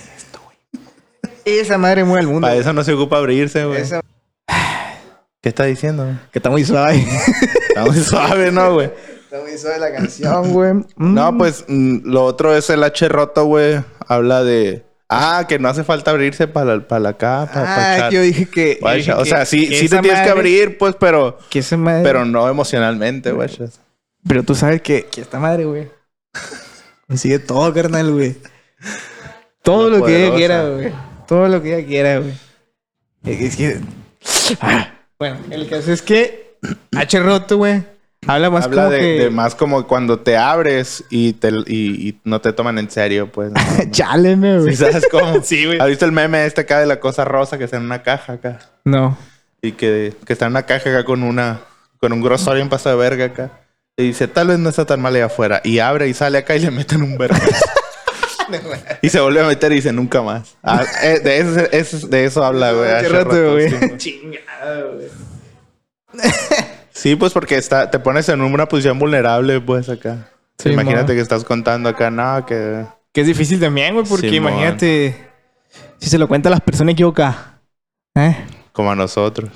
[SPEAKER 1] Esa madre mueve el mundo.
[SPEAKER 2] Para eso no se ocupa abrirse, güey. Esa... ¿Qué está diciendo?
[SPEAKER 1] Que está muy suave.
[SPEAKER 2] Está muy suave, ¿no, güey?
[SPEAKER 1] Está muy suave la canción, güey. Mm.
[SPEAKER 2] No, pues mm, lo otro es el H Roto, güey. Habla de... Ah, que no hace falta abrirse para pa la acá, para
[SPEAKER 1] Ah, pa yo dije que... Yo dije
[SPEAKER 2] o
[SPEAKER 1] que,
[SPEAKER 2] sea, sí,
[SPEAKER 1] que
[SPEAKER 2] sí te tienes madre, que abrir, pues, pero...
[SPEAKER 1] Que esa madre...
[SPEAKER 2] Pero no emocionalmente, güey.
[SPEAKER 1] Pero tú sabes que, que esta madre, güey... Consigue todo, carnal, güey. Todo lo poderosa. Que ella quiera, güey. Todo lo que ella quiera, güey. Es que... Ah. Bueno, el caso es que... H Roto, güey. Habla más
[SPEAKER 2] Habla
[SPEAKER 1] como
[SPEAKER 2] de,
[SPEAKER 1] que...
[SPEAKER 2] de más como cuando te abres y, te, y, y no te toman en serio, pues. ¿no?
[SPEAKER 1] Chale, güey.
[SPEAKER 2] ¿Sí sabes cómo?
[SPEAKER 1] Sí, güey.
[SPEAKER 2] ¿Has visto el meme este acá de la cosa rosa que está en una caja acá?
[SPEAKER 1] No.
[SPEAKER 2] Y que, que está en una caja acá con una... Con un grosor y un paso de verga acá. Y dice, tal vez no está tan mal allá afuera. Y abre y sale acá y le meten un verga. Y se vuelve a meter y dice, nunca más. Ah, eh, de, eso, eso, de eso habla, güey.
[SPEAKER 1] Qué rato, güey. Chingada, güey.
[SPEAKER 2] Sí, pues porque está, te pones en una posición vulnerable, pues, acá. Sí, imagínate man. Que estás contando acá, no, que...
[SPEAKER 1] Que es difícil también, güey, porque
[SPEAKER 2] sí,
[SPEAKER 1] imagínate... Man. Si se lo cuenta a las personas equivocadas. ¿Eh?
[SPEAKER 2] Como a nosotros.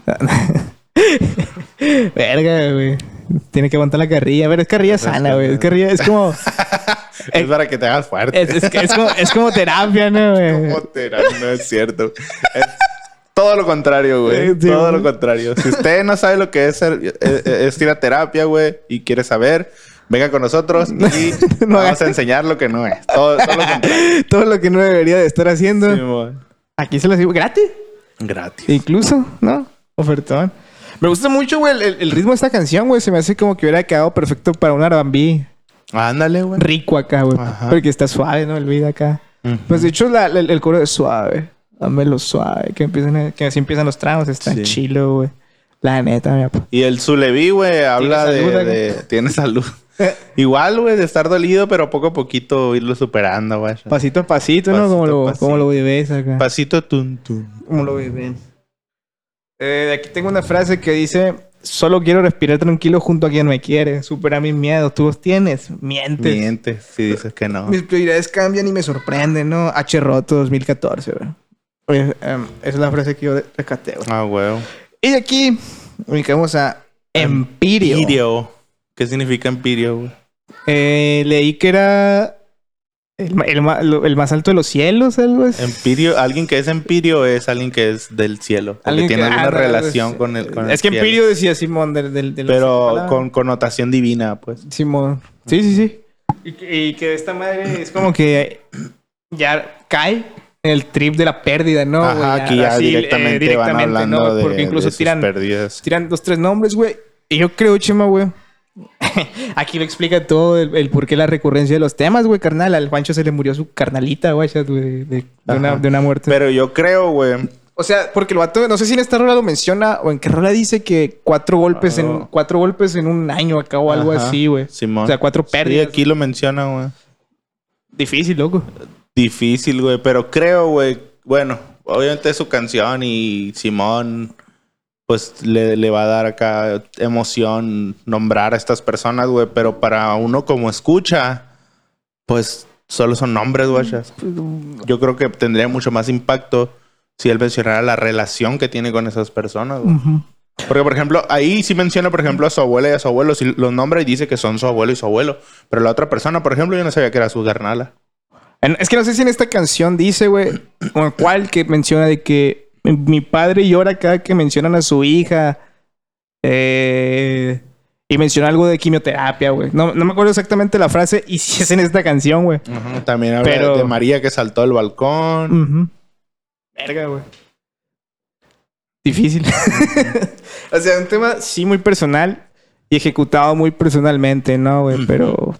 [SPEAKER 1] Verga, güey. Tiene que aguantar la carrilla. A ver, es carrilla sana, güey. Es carrilla... Es como...
[SPEAKER 2] es para que te hagas fuerte.
[SPEAKER 1] Es, es, es, como, es como terapia, ¿no, güey?
[SPEAKER 2] Como terapia, no es cierto. Es todo lo contrario, güey. Sí, todo lo contrario. Si usted no sabe lo que es, ser, es, es ir a terapia, güey, y quiere saber, venga con nosotros y no vamos hagas. A enseñar lo que no es. Todo, todo lo contrario.
[SPEAKER 1] Todo lo que no debería de estar haciendo.
[SPEAKER 2] Sí, man.
[SPEAKER 1] Aquí se lo digo gratis.
[SPEAKER 2] Gratis.
[SPEAKER 1] Incluso, ¿no? Ofertón. Me gusta mucho, güey, el, el ritmo de esta canción, güey. Se me hace como que hubiera quedado perfecto para un R and B.
[SPEAKER 2] Ándale, güey.
[SPEAKER 1] Rico acá, güey. Porque está suave, ¿no? El beat acá. Uh-huh. Pues de hecho, la, la, el coro es suave. Dámelo suave. Que, empiezan, que así empiezan los tramos. Está sí. Chilo, güey. La neta, mi papá.
[SPEAKER 2] Y el Zuleví, güey, habla de, salud, de... Tiene salud. Igual, güey, de estar dolido, pero poco a poquito irlo superando, güey.
[SPEAKER 1] Pasito a pasito, ¿no? Pasito como, lo, pasito. Como lo vives acá.
[SPEAKER 2] Pasito tun, tun.
[SPEAKER 1] Como lo viven. Eh, aquí tengo una frase que dice... Solo quiero respirar tranquilo junto a quien me quiere. Supera mis miedos. ¿Tú los tienes? Mientes.
[SPEAKER 2] Mientes, si dices que no.
[SPEAKER 1] Mis prioridades cambian y me sorprenden, ¿no? H Roto dos mil catorce, güey. Oye, um, esa es la frase que yo rescaté, güey.
[SPEAKER 2] Ah, güey.
[SPEAKER 1] Y de aquí, ubicamos a Empirio.
[SPEAKER 2] Empirio. ¿Qué significa Empirio, güey?
[SPEAKER 1] Eh, leí que era... El, el, el más alto de los cielos, algo así.
[SPEAKER 2] Empirio, alguien que es Empirio es alguien que es del cielo. Que tiene que, alguna ah, relación es, con el con
[SPEAKER 1] Es
[SPEAKER 2] el
[SPEAKER 1] que Empirio decía Simón del... del, del
[SPEAKER 2] Pero con connotación divina, pues.
[SPEAKER 1] Simón. Sí, sí, sí. Y que, y que esta madre es como que ya cae en el trip de la pérdida, ¿no?
[SPEAKER 2] Ajá,
[SPEAKER 1] güey?
[SPEAKER 2] aquí ya así, directamente, eh, directamente van hablando, ¿no?
[SPEAKER 1] Porque
[SPEAKER 2] de,
[SPEAKER 1] incluso
[SPEAKER 2] de sus
[SPEAKER 1] tiran,
[SPEAKER 2] pérdidas.
[SPEAKER 1] tiran dos, tres nombres, güey. Y yo creo, Chema, güey... Aquí lo explica todo el, el por qué la recurrencia de los temas, güey, carnal. Al Juancho se le murió su carnalita, güey, de, de, de, una, de una muerte.
[SPEAKER 2] Pero yo creo, güey.
[SPEAKER 1] O sea, porque el vato, no sé si en esta rola lo menciona o en qué rola dice que cuatro golpes oh. en cuatro golpes en un año acá o algo Ajá. así, güey.
[SPEAKER 2] Simón.
[SPEAKER 1] O sea, cuatro pérdidas.
[SPEAKER 2] Sí, aquí lo menciona, güey.
[SPEAKER 1] Difícil, loco.
[SPEAKER 2] Difícil, güey. Pero creo, güey, bueno, obviamente es su canción y Simón, pues le, le va a dar acá emoción nombrar a estas personas, güey. Pero para uno como escucha, pues solo son nombres, güey. Yo creo que tendría mucho más impacto si él mencionara la relación que tiene con esas personas, güey. Uh-huh. Porque, por ejemplo, ahí sí menciona, por ejemplo, a su abuela y a su abuelo. Si los nombra y dice que son su abuelo y su abuelo. Pero la otra persona, por ejemplo, yo no sabía que era su carnala.
[SPEAKER 1] Es que no sé si en esta canción dice, güey, o cuál que menciona de que mi padre llora cada que mencionan a su hija. Eh, y menciona algo de quimioterapia, güey. No, no me acuerdo exactamente la frase y si es en esta canción, güey.
[SPEAKER 2] Uh-huh. También habla Pero... de María que saltó del balcón.
[SPEAKER 1] Uh-huh. Verga, güey. Difícil. O sea, un tema sí muy personal y ejecutado muy personalmente, ¿no, güey? Pero...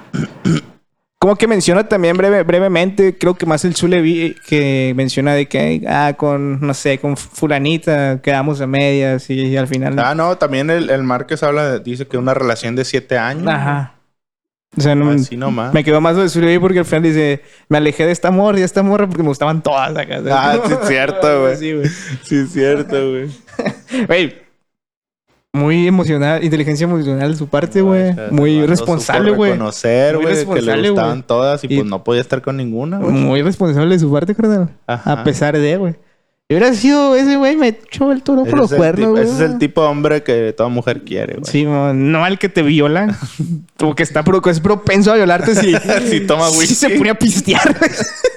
[SPEAKER 1] Como que menciona también breve, brevemente, creo que más el Zule vi que menciona de que, ah, con, no sé, con fulanita quedamos a medias y, y al final...
[SPEAKER 2] Ah, no, también el, el Márquez habla, de, dice que una relación de siete años.
[SPEAKER 1] Ajá. O sea, no,
[SPEAKER 2] así nomás.
[SPEAKER 1] Me quedó más lo de Zule porque al final dice, me alejé de esta morra y de esta morra porque me gustaban todas acá. ¿Sabes?
[SPEAKER 2] Ah, sí es cierto, güey. Sí, güey. Sí es cierto, güey.
[SPEAKER 1] Güey. Muy emocional, inteligencia emocional de su parte, güey. No, muy responsable, güey.
[SPEAKER 2] Reconocer, güey, que le gustaban wey. todas y, y pues no podía estar con ninguna, güey.
[SPEAKER 1] Muy responsable de su parte, carnal. A pesar de, güey. Yo hubiera sido ese güey, me echó el toro por los cuernos, güey.
[SPEAKER 2] Ese es el tipo de hombre que toda mujer quiere, güey.
[SPEAKER 1] Sí, man, no al que te viola. Como que está pro, es propenso a violarte si,
[SPEAKER 2] si toma whisky.
[SPEAKER 1] Si se pone a pistear, güey.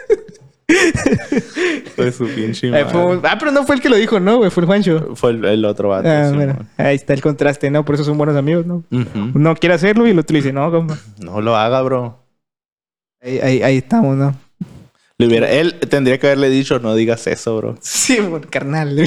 [SPEAKER 2] Fue su pinche
[SPEAKER 1] eh, fue, Ah, pero no fue el que lo dijo, ¿no, güey? Fue el Juancho.
[SPEAKER 2] Fue el, el otro vato.
[SPEAKER 1] Ah, sí, bueno. Ahí está el contraste, ¿no? Por eso son buenos amigos, ¿no? Uh-huh. Uno quiere hacerlo y el otro le dice, no, compa.
[SPEAKER 2] No lo haga, bro.
[SPEAKER 1] Ahí, ahí, ahí estamos, ¿no?
[SPEAKER 2] Le hubiera, él tendría que haberle dicho, no digas eso, bro.
[SPEAKER 1] Sí, carnal.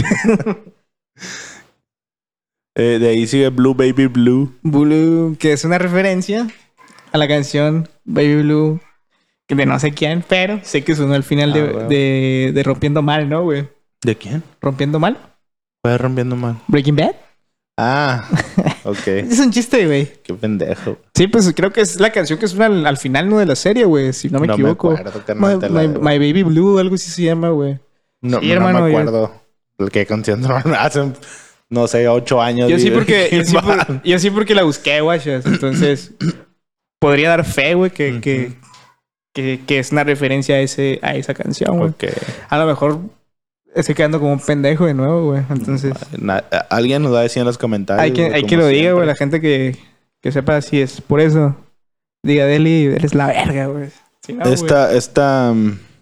[SPEAKER 2] eh, de ahí sigue Blue Baby Blue.
[SPEAKER 1] Blue, que es una referencia a la canción Baby Blue. De no sé quién, pero sé que sonó al final ah, de, bueno. de, de Rompiendo Mal, ¿no, güey?
[SPEAKER 2] ¿De quién?
[SPEAKER 1] ¿Rompiendo Mal?
[SPEAKER 2] ¿Cuál es Rompiendo Mal?
[SPEAKER 1] ¿Breaking Bad?
[SPEAKER 2] Ah, ok.
[SPEAKER 1] Es un chiste, güey.
[SPEAKER 2] Qué pendejo.
[SPEAKER 1] Sí, pues creo que es la canción que suena al, al final, ¿no? De la serie, güey. Si no me no equivoco.
[SPEAKER 2] Me acuerdo, carnal,
[SPEAKER 1] my, my, my Baby Blue, algo así se llama, güey.
[SPEAKER 2] No,
[SPEAKER 1] sí,
[SPEAKER 2] no
[SPEAKER 1] hermano,
[SPEAKER 2] me acuerdo. Yo... ¿Qué canción hace, no sé, ocho años?
[SPEAKER 1] Yo sí porque, yo sí, por, yo sí porque la busqué, güey. Entonces, podría dar fe, güey, que... Uh-huh. que Que, que es una referencia a ese a esa canción, güey. Okay. A lo mejor estoy quedando como un pendejo de nuevo, güey. Entonces...
[SPEAKER 2] Na- alguien nos va a decir en los comentarios.
[SPEAKER 1] Hay que, hay que lo diga, güey. La gente que, que sepa si es por eso. Diga, Deli, eres la verga, güey. Si no,
[SPEAKER 2] esta, wey. esta...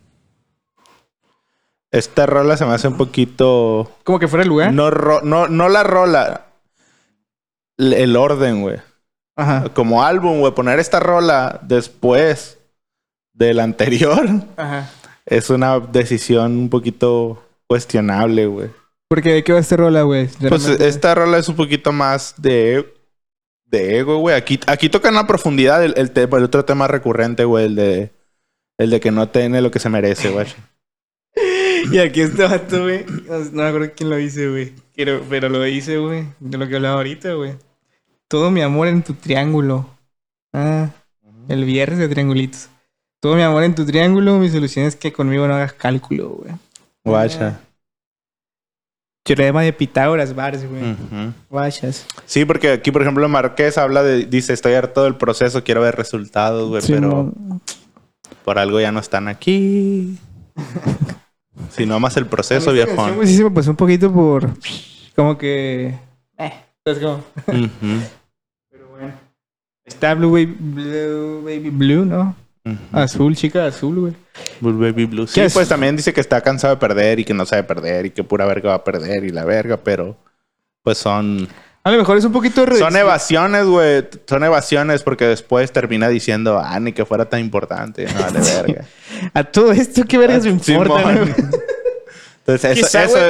[SPEAKER 2] Esta rola se me hace un poquito...
[SPEAKER 1] ¿Como que fuera el lugar?
[SPEAKER 2] No, ro- no, no la rola. El orden, güey.
[SPEAKER 1] Ajá.
[SPEAKER 2] Como álbum, güey. Poner esta rola después... del anterior.
[SPEAKER 1] Ajá.
[SPEAKER 2] Es una decisión un poquito cuestionable, güey.
[SPEAKER 1] ¿Por qué? ¿De qué va esta rola, güey?
[SPEAKER 2] Pues esta rola es un poquito más de, de ego, güey. Aquí, aquí tocan a profundidad el, el, te, el otro tema recurrente, güey. El de, el de que no tiene lo que se merece, güey.
[SPEAKER 1] Y aquí este vato, güey. No, no me acuerdo quién lo dice, güey. Pero, pero lo dice, güey. De lo que hablaba ahorita, güey. Todo mi amor en tu triángulo. Ah, el viernes de triangulitos. Todo mi amor en tu triángulo, mi solución es que conmigo no hagas cálculo, güey.
[SPEAKER 2] Guacha.
[SPEAKER 1] Teorema de Pitágoras, Bars, güey. Uh-huh. Guachas.
[SPEAKER 2] Sí, porque aquí, por ejemplo, Márquez habla de... Dice, estoy harto del proceso, quiero ver resultados, güey. Sí, pero no. Por algo ya no están aquí. Si no amas el proceso, viejón.
[SPEAKER 1] Pues sí se me pasó un poquito por... Como que... Eh, ¿sabes cómo?
[SPEAKER 2] Uh-huh.
[SPEAKER 1] Pero bueno. Está Blue Baby Blue, Baby Blue, ¿no? Uh-huh. Azul, chica azul, güey.
[SPEAKER 2] Blue Baby Blue. Sí, pues también dice que está cansado de perder y que no sabe perder y que pura verga va a perder y la verga, pero pues son...
[SPEAKER 1] A lo mejor es un poquito...
[SPEAKER 2] Re- son evasiones, güey. Son evasiones porque después termina diciendo, ah, ni que fuera tan importante. No, vale verga.
[SPEAKER 1] A todo esto, ¿qué verga se importa, güey?
[SPEAKER 2] Entonces, eso, eso es...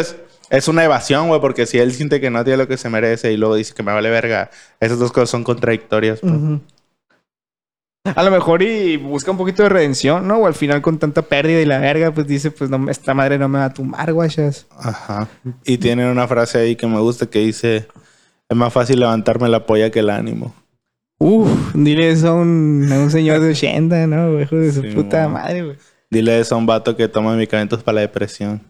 [SPEAKER 2] Es una evasión, güey, porque si él siente que no tiene lo que se merece y luego dice que me vale verga, esas dos cosas son contradictorias. Pues.
[SPEAKER 1] Uh-huh. A lo mejor y busca un poquito de redención, ¿no? O al final con tanta pérdida y la verga, pues dice, pues no, esta madre no me va a tumbar, guachas.
[SPEAKER 2] Ajá. Y tiene una frase ahí que me gusta que dice, es más fácil levantarme la polla que el ánimo.
[SPEAKER 1] Uf, dile eso a un, a un señor de ochenta, ¿no? Hijo de su sí, puta man. madre, güey.
[SPEAKER 2] Dile eso a un vato que toma medicamentos para la depresión.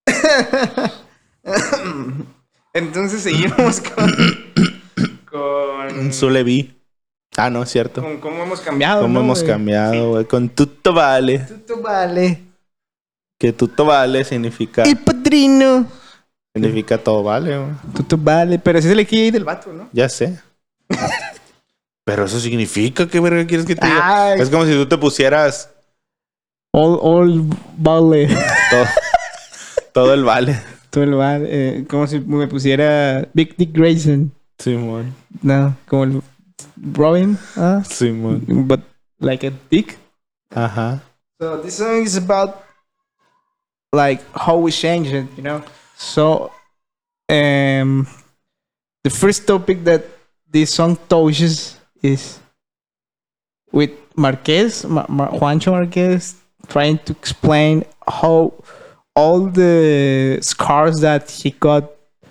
[SPEAKER 1] Entonces seguimos con... con...
[SPEAKER 2] Zulevi. Ah, no, es cierto.
[SPEAKER 1] Con cómo hemos cambiado,
[SPEAKER 2] Cómo
[SPEAKER 1] ¿no,
[SPEAKER 2] hemos
[SPEAKER 1] güey?
[SPEAKER 2] cambiado, güey. Con tutto vale.
[SPEAKER 1] Tutto vale.
[SPEAKER 2] Que tutto vale significa...
[SPEAKER 1] El padrino.
[SPEAKER 2] Significa todo vale, güey.
[SPEAKER 1] Tutto vale. Pero ese es el equivalente del vato, ¿no?
[SPEAKER 2] Ya sé. Pero eso significa... ¿Qué verga quieres que te diga?
[SPEAKER 1] Ay.
[SPEAKER 2] Es como si tú te pusieras...
[SPEAKER 1] All, all vale.
[SPEAKER 2] Todo, todo el vale.
[SPEAKER 1] Todo el vale. Eh, como si me pusiera Big Dick Grayson.
[SPEAKER 2] Simón.
[SPEAKER 1] No, como el Robin. ¿Ah?
[SPEAKER 2] Simón.
[SPEAKER 1] But like a dick.
[SPEAKER 2] Ajá.
[SPEAKER 1] So this song is about like how we change it, you know? So um the first topic that this song touches is with Marquez, Mar- Mar- Juancho Marquez, trying to explain how all the scars that he got.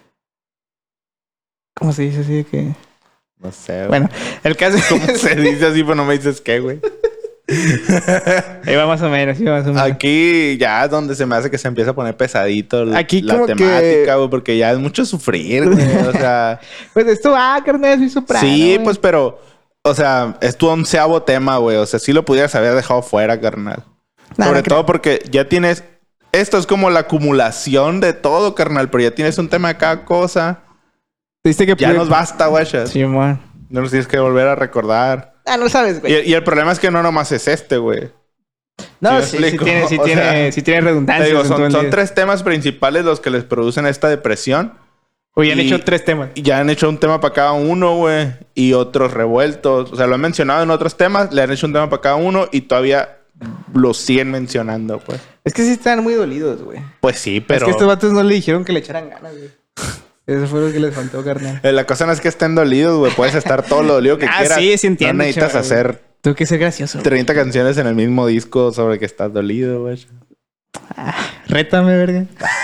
[SPEAKER 1] ¿Cómo se dice así de que?
[SPEAKER 2] No sé, güey.
[SPEAKER 1] Bueno, el caso
[SPEAKER 2] ¿Cómo se dice así? Pero no me dices qué, güey.
[SPEAKER 1] Ahí va más o menos, ahí va más o menos.
[SPEAKER 2] Aquí ya es donde se me hace que se empieza a poner pesadito la,
[SPEAKER 1] Aquí
[SPEAKER 2] la
[SPEAKER 1] como
[SPEAKER 2] temática, güey,
[SPEAKER 1] que...
[SPEAKER 2] porque ya es mucho sufrir, güey. O sea...
[SPEAKER 1] Pues esto va, carnal, soy soprano.
[SPEAKER 2] Sí,
[SPEAKER 1] güey.
[SPEAKER 2] pues, pero... O sea, es tu onceavo tema, güey. O sea, sí lo pudieras haber dejado fuera, carnal.
[SPEAKER 1] Nah,
[SPEAKER 2] Sobre
[SPEAKER 1] no
[SPEAKER 2] todo
[SPEAKER 1] creo.
[SPEAKER 2] porque ya tienes... Esto es como la acumulación de todo, carnal. Pero ya tienes un tema de cada cosa.
[SPEAKER 1] ¿Viste que
[SPEAKER 2] Ya
[SPEAKER 1] pude-
[SPEAKER 2] nos basta, güey.
[SPEAKER 1] Sí, man.
[SPEAKER 2] No nos tienes que volver a recordar.
[SPEAKER 1] Ah, no sabes,
[SPEAKER 2] Y,
[SPEAKER 1] güey.
[SPEAKER 2] y el problema es que no nomás es este, güey.
[SPEAKER 1] No,
[SPEAKER 2] ¿sí
[SPEAKER 1] sí,
[SPEAKER 2] me
[SPEAKER 1] sí,
[SPEAKER 2] explico?
[SPEAKER 1] tiene, sí,
[SPEAKER 2] O
[SPEAKER 1] tiene,
[SPEAKER 2] sea,
[SPEAKER 1] sí tiene
[SPEAKER 2] Te
[SPEAKER 1] redundancias.
[SPEAKER 2] digo,
[SPEAKER 1] en todo
[SPEAKER 2] son,
[SPEAKER 1] el
[SPEAKER 2] son
[SPEAKER 1] día.
[SPEAKER 2] tres temas principales los que les producen esta depresión.
[SPEAKER 1] Oye, han
[SPEAKER 2] y-
[SPEAKER 1] hecho tres temas.
[SPEAKER 2] Y ya han hecho un tema para cada uno, güey. Y otros revueltos. O sea, lo han mencionado en otros temas. Le han hecho un tema para cada uno. Y todavía lo siguen mencionando, pues.
[SPEAKER 1] Es que sí están muy dolidos, güey.
[SPEAKER 2] Pues sí, pero...
[SPEAKER 1] Es que estos vatos no le dijeron que le echaran ganas, güey. Eso fue lo que les faltó, carnal.
[SPEAKER 2] Eh, La cosa no es que estén dolidos, güey. Puedes estar todo lo dolido que
[SPEAKER 1] Ah,
[SPEAKER 2] quieras.
[SPEAKER 1] sí, sí entiendo,
[SPEAKER 2] No necesitas
[SPEAKER 1] chaval.
[SPEAKER 2] hacer
[SPEAKER 1] Tengo que ser gracioso. güey.
[SPEAKER 2] treinta canciones en el mismo disco sobre que estás dolido, güey.
[SPEAKER 1] Rétame, verga.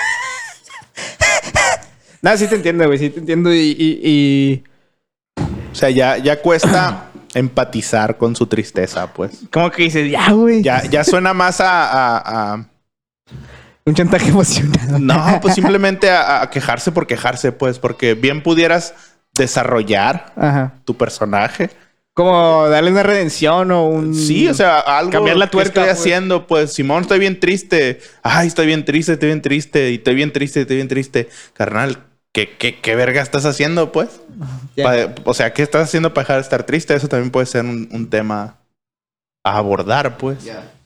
[SPEAKER 1] No, sí te entiendo, güey. Sí te entiendo. Y, y, y...
[SPEAKER 2] O sea, ya, ya cuesta empatizar con su tristeza, pues.
[SPEAKER 1] ¿Cómo que dices? Ya, güey.
[SPEAKER 2] Ya, ya suena más a... a- a-
[SPEAKER 1] Un chantaje emocional.
[SPEAKER 2] No, pues simplemente a, a quejarse por quejarse, pues. Porque bien pudieras desarrollar
[SPEAKER 1] Ajá.
[SPEAKER 2] tu personaje.
[SPEAKER 1] Como darle una redención o un...
[SPEAKER 2] Sí, o sea, algo
[SPEAKER 1] Cambiar la
[SPEAKER 2] que
[SPEAKER 1] tuerca,
[SPEAKER 2] estoy
[SPEAKER 1] pues.
[SPEAKER 2] haciendo, pues. Simón, estoy bien triste. Ay, estoy bien triste, estoy bien triste. Y estoy bien triste, estoy bien triste. Carnal, ¿qué, qué, qué verga estás haciendo, pues?
[SPEAKER 1] Ya.
[SPEAKER 2] Pa- o sea, ¿qué estás haciendo para dejar de estar triste? Eso también puede ser un, un tema a abordar, pues.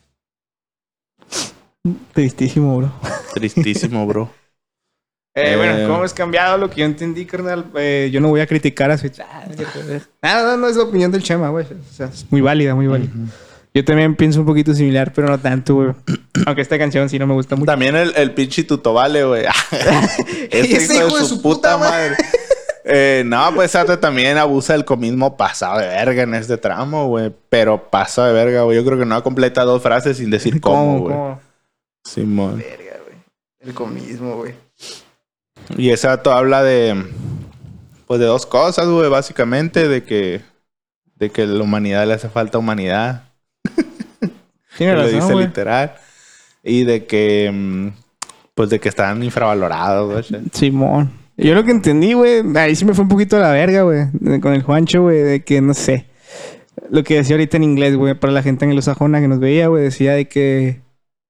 [SPEAKER 1] Tristísimo, bro.
[SPEAKER 2] Tristísimo, bro.
[SPEAKER 1] Eh,
[SPEAKER 2] Eh,
[SPEAKER 1] bueno, ¿cómo has cambiado lo que yo entendí, carnal? Eh, yo no voy a criticar a su... Ah, no, no es la opinión del Chema, güey. O sea, es muy válida, muy válida. Yo también pienso un poquito similar, pero no tanto, güey. Aunque esta canción sí no me gusta mucho.
[SPEAKER 2] También el, el pinche tutovale, güey.
[SPEAKER 1] Ese hijo de su puta madre.
[SPEAKER 2] Eh, no, pues Sata también abusa del comismo pasado de verga en este tramo, güey. Pero pasado de verga, güey. Yo creo que no completa dos frases sin decir cómo, güey.
[SPEAKER 1] ¿Cómo?
[SPEAKER 2] Simón.
[SPEAKER 1] Verga, güey. El comismo, güey.
[SPEAKER 2] Y ese dato habla de... Pues de dos cosas, güey. Básicamente de que... De que a la humanidad le hace falta humanidad.
[SPEAKER 1] Tiene
[SPEAKER 2] Lo
[SPEAKER 1] razón,
[SPEAKER 2] dice
[SPEAKER 1] güey.
[SPEAKER 2] literal. Y de que... mm, Pues de que están infravalorados, güey.
[SPEAKER 1] Simón. Yo lo que entendí, güey, ahí sí me fue un poquito a la verga, güey. de- Con el Juancho, güey, de que, no sé. Lo que decía ahorita en inglés, güey, para la gente anglosajona que nos veía, güey, decía de que...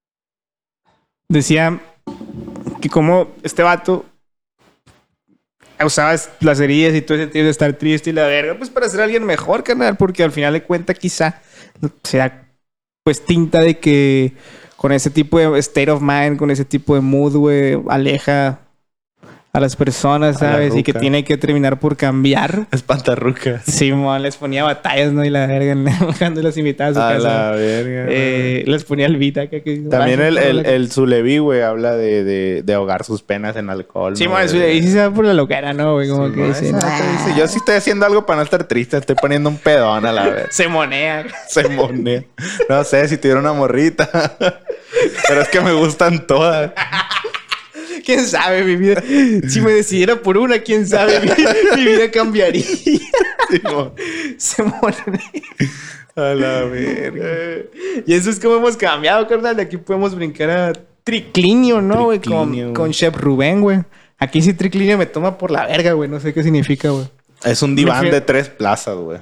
[SPEAKER 1] Decía que como este vato usaba las heridas y todo ese tipo de estar triste y la verga, pues para ser alguien mejor, carnal, porque al final de cuentas quizá se da pues tinta de que con ese tipo de state of mind, con ese tipo de mood, güey, aleja a las personas,
[SPEAKER 2] A la
[SPEAKER 1] ¿sabes? Y que
[SPEAKER 2] ruca.
[SPEAKER 1] tiene que terminar por cambiar.
[SPEAKER 2] Espantarrucas.
[SPEAKER 1] Simón les ponía batallas, ¿no? Y la verga, cuando los invitaba a su
[SPEAKER 2] A
[SPEAKER 1] casa.
[SPEAKER 2] la verga.
[SPEAKER 1] Eh, les ponía el beat acá que...
[SPEAKER 2] También el, el,
[SPEAKER 1] el,
[SPEAKER 2] el Zulevi, güey, habla de, de, de ahogar sus penas en alcohol.
[SPEAKER 1] Sí,
[SPEAKER 2] ¿no?
[SPEAKER 1] man,
[SPEAKER 2] De-
[SPEAKER 1] eso ahí sí se va por la loquera, ¿no, güey? Como
[SPEAKER 2] Sí,
[SPEAKER 1] que
[SPEAKER 2] man,
[SPEAKER 1] dice,
[SPEAKER 2] exacto,
[SPEAKER 1] "Nah".
[SPEAKER 2] dice, yo sí estoy haciendo algo para no estar triste, estoy poniendo un pedón a la vez.
[SPEAKER 1] Se monea.
[SPEAKER 2] Se monea. No sé si tuviera una morrita. Pero es que me gustan todas.
[SPEAKER 1] ¿Quién sabe mi vida? Si me decidiera por una, ¿quién sabe? Mi, mi vida cambiaría.
[SPEAKER 2] Sí, mo-
[SPEAKER 1] Se monea.
[SPEAKER 2] a la verga.
[SPEAKER 1] Y eso es como hemos cambiado, carnal. De aquí podemos brincar a triclinio, ¿no, güey?
[SPEAKER 2] Triclinio,
[SPEAKER 1] Con,
[SPEAKER 2] güey.
[SPEAKER 1] con Chef Rubén, güey. Aquí sí triclinio me toma por la verga, güey. No sé qué significa, güey.
[SPEAKER 2] Es un diván
[SPEAKER 1] Me fui-
[SPEAKER 2] de tres plazas, güey.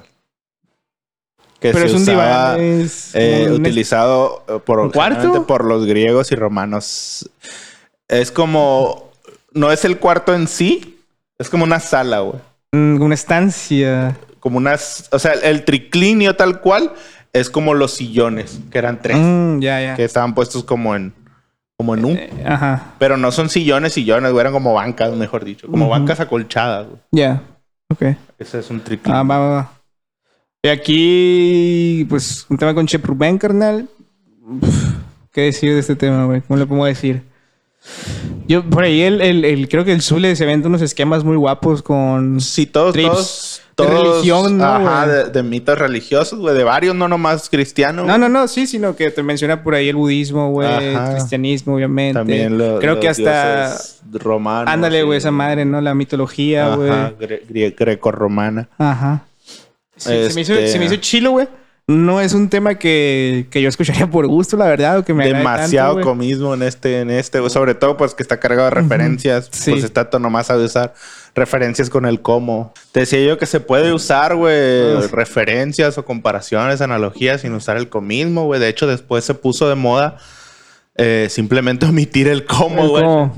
[SPEAKER 2] Que
[SPEAKER 1] Pero
[SPEAKER 2] se
[SPEAKER 1] es un
[SPEAKER 2] usaba,
[SPEAKER 1] diván, es
[SPEAKER 2] eh,
[SPEAKER 1] como un-
[SPEAKER 2] utilizado eh, por,
[SPEAKER 1] ¿Un cuarto?
[SPEAKER 2] generalmente por los griegos y romanos. Es como... No es el cuarto en sí. Es como una sala, güey.
[SPEAKER 1] Mm, una estancia.
[SPEAKER 2] Como unas... O sea, el triclinio tal cual es como los sillones, que eran tres.
[SPEAKER 1] Mm, ya, ya.
[SPEAKER 2] Que estaban puestos como en... Como en un...
[SPEAKER 1] Eh, Ajá.
[SPEAKER 2] Pero no son sillones, sillones, güey. Eran como bancas, mejor dicho. Como
[SPEAKER 1] Ujú.
[SPEAKER 2] bancas acolchadas, güey.
[SPEAKER 1] Ya. Ok.
[SPEAKER 2] Ese es un triclinio.
[SPEAKER 1] Ah, va, va, va. Y aquí, pues, un tema con Chef Rubén, carnal. Uf, ¿qué decir de este tema, güey? ¿Cómo le puedo decir? Yo, por ahí, el, el, el- creo que el Zule se vende unos esquemas muy guapos con...
[SPEAKER 2] Sí, todos,
[SPEAKER 1] trips
[SPEAKER 2] todos,
[SPEAKER 1] de
[SPEAKER 2] todos,
[SPEAKER 1] religión, ¿no,
[SPEAKER 2] ajá,
[SPEAKER 1] güey?
[SPEAKER 2] de, de mitos religiosos, güey, de varios, no nomás cristianos.
[SPEAKER 1] No, no, no, sí, sino que te menciona por ahí el budismo, güey,
[SPEAKER 2] Ajá.
[SPEAKER 1] el cristianismo, obviamente.
[SPEAKER 2] También lo-
[SPEAKER 1] creo
[SPEAKER 2] los
[SPEAKER 1] que hasta...
[SPEAKER 2] dioses romanos.
[SPEAKER 1] Ándale, güey,
[SPEAKER 2] y-
[SPEAKER 1] esa madre, ¿no? La mitología, güey.
[SPEAKER 2] Ajá, gre- gre- grecorromana.
[SPEAKER 1] Ajá. Sí, se, me hizo,
[SPEAKER 2] Este-
[SPEAKER 1] se me hizo chilo, güey. No es un tema que, que yo escucharía por gusto, la verdad, o que me agrade
[SPEAKER 2] Demasiado
[SPEAKER 1] tanto, güey.
[SPEAKER 2] comismo en este, en este, güey, sobre todo pues que está cargado de referencias,
[SPEAKER 1] Sí.
[SPEAKER 2] pues está todo nomás a usar referencias con el cómo. Te decía yo que se puede usar, güey,
[SPEAKER 1] Uf.
[SPEAKER 2] referencias o comparaciones, analogías sin usar el comismo, güey. De hecho, después se puso de moda eh, simplemente omitir el cómo,
[SPEAKER 1] El
[SPEAKER 2] güey.
[SPEAKER 1] cómo.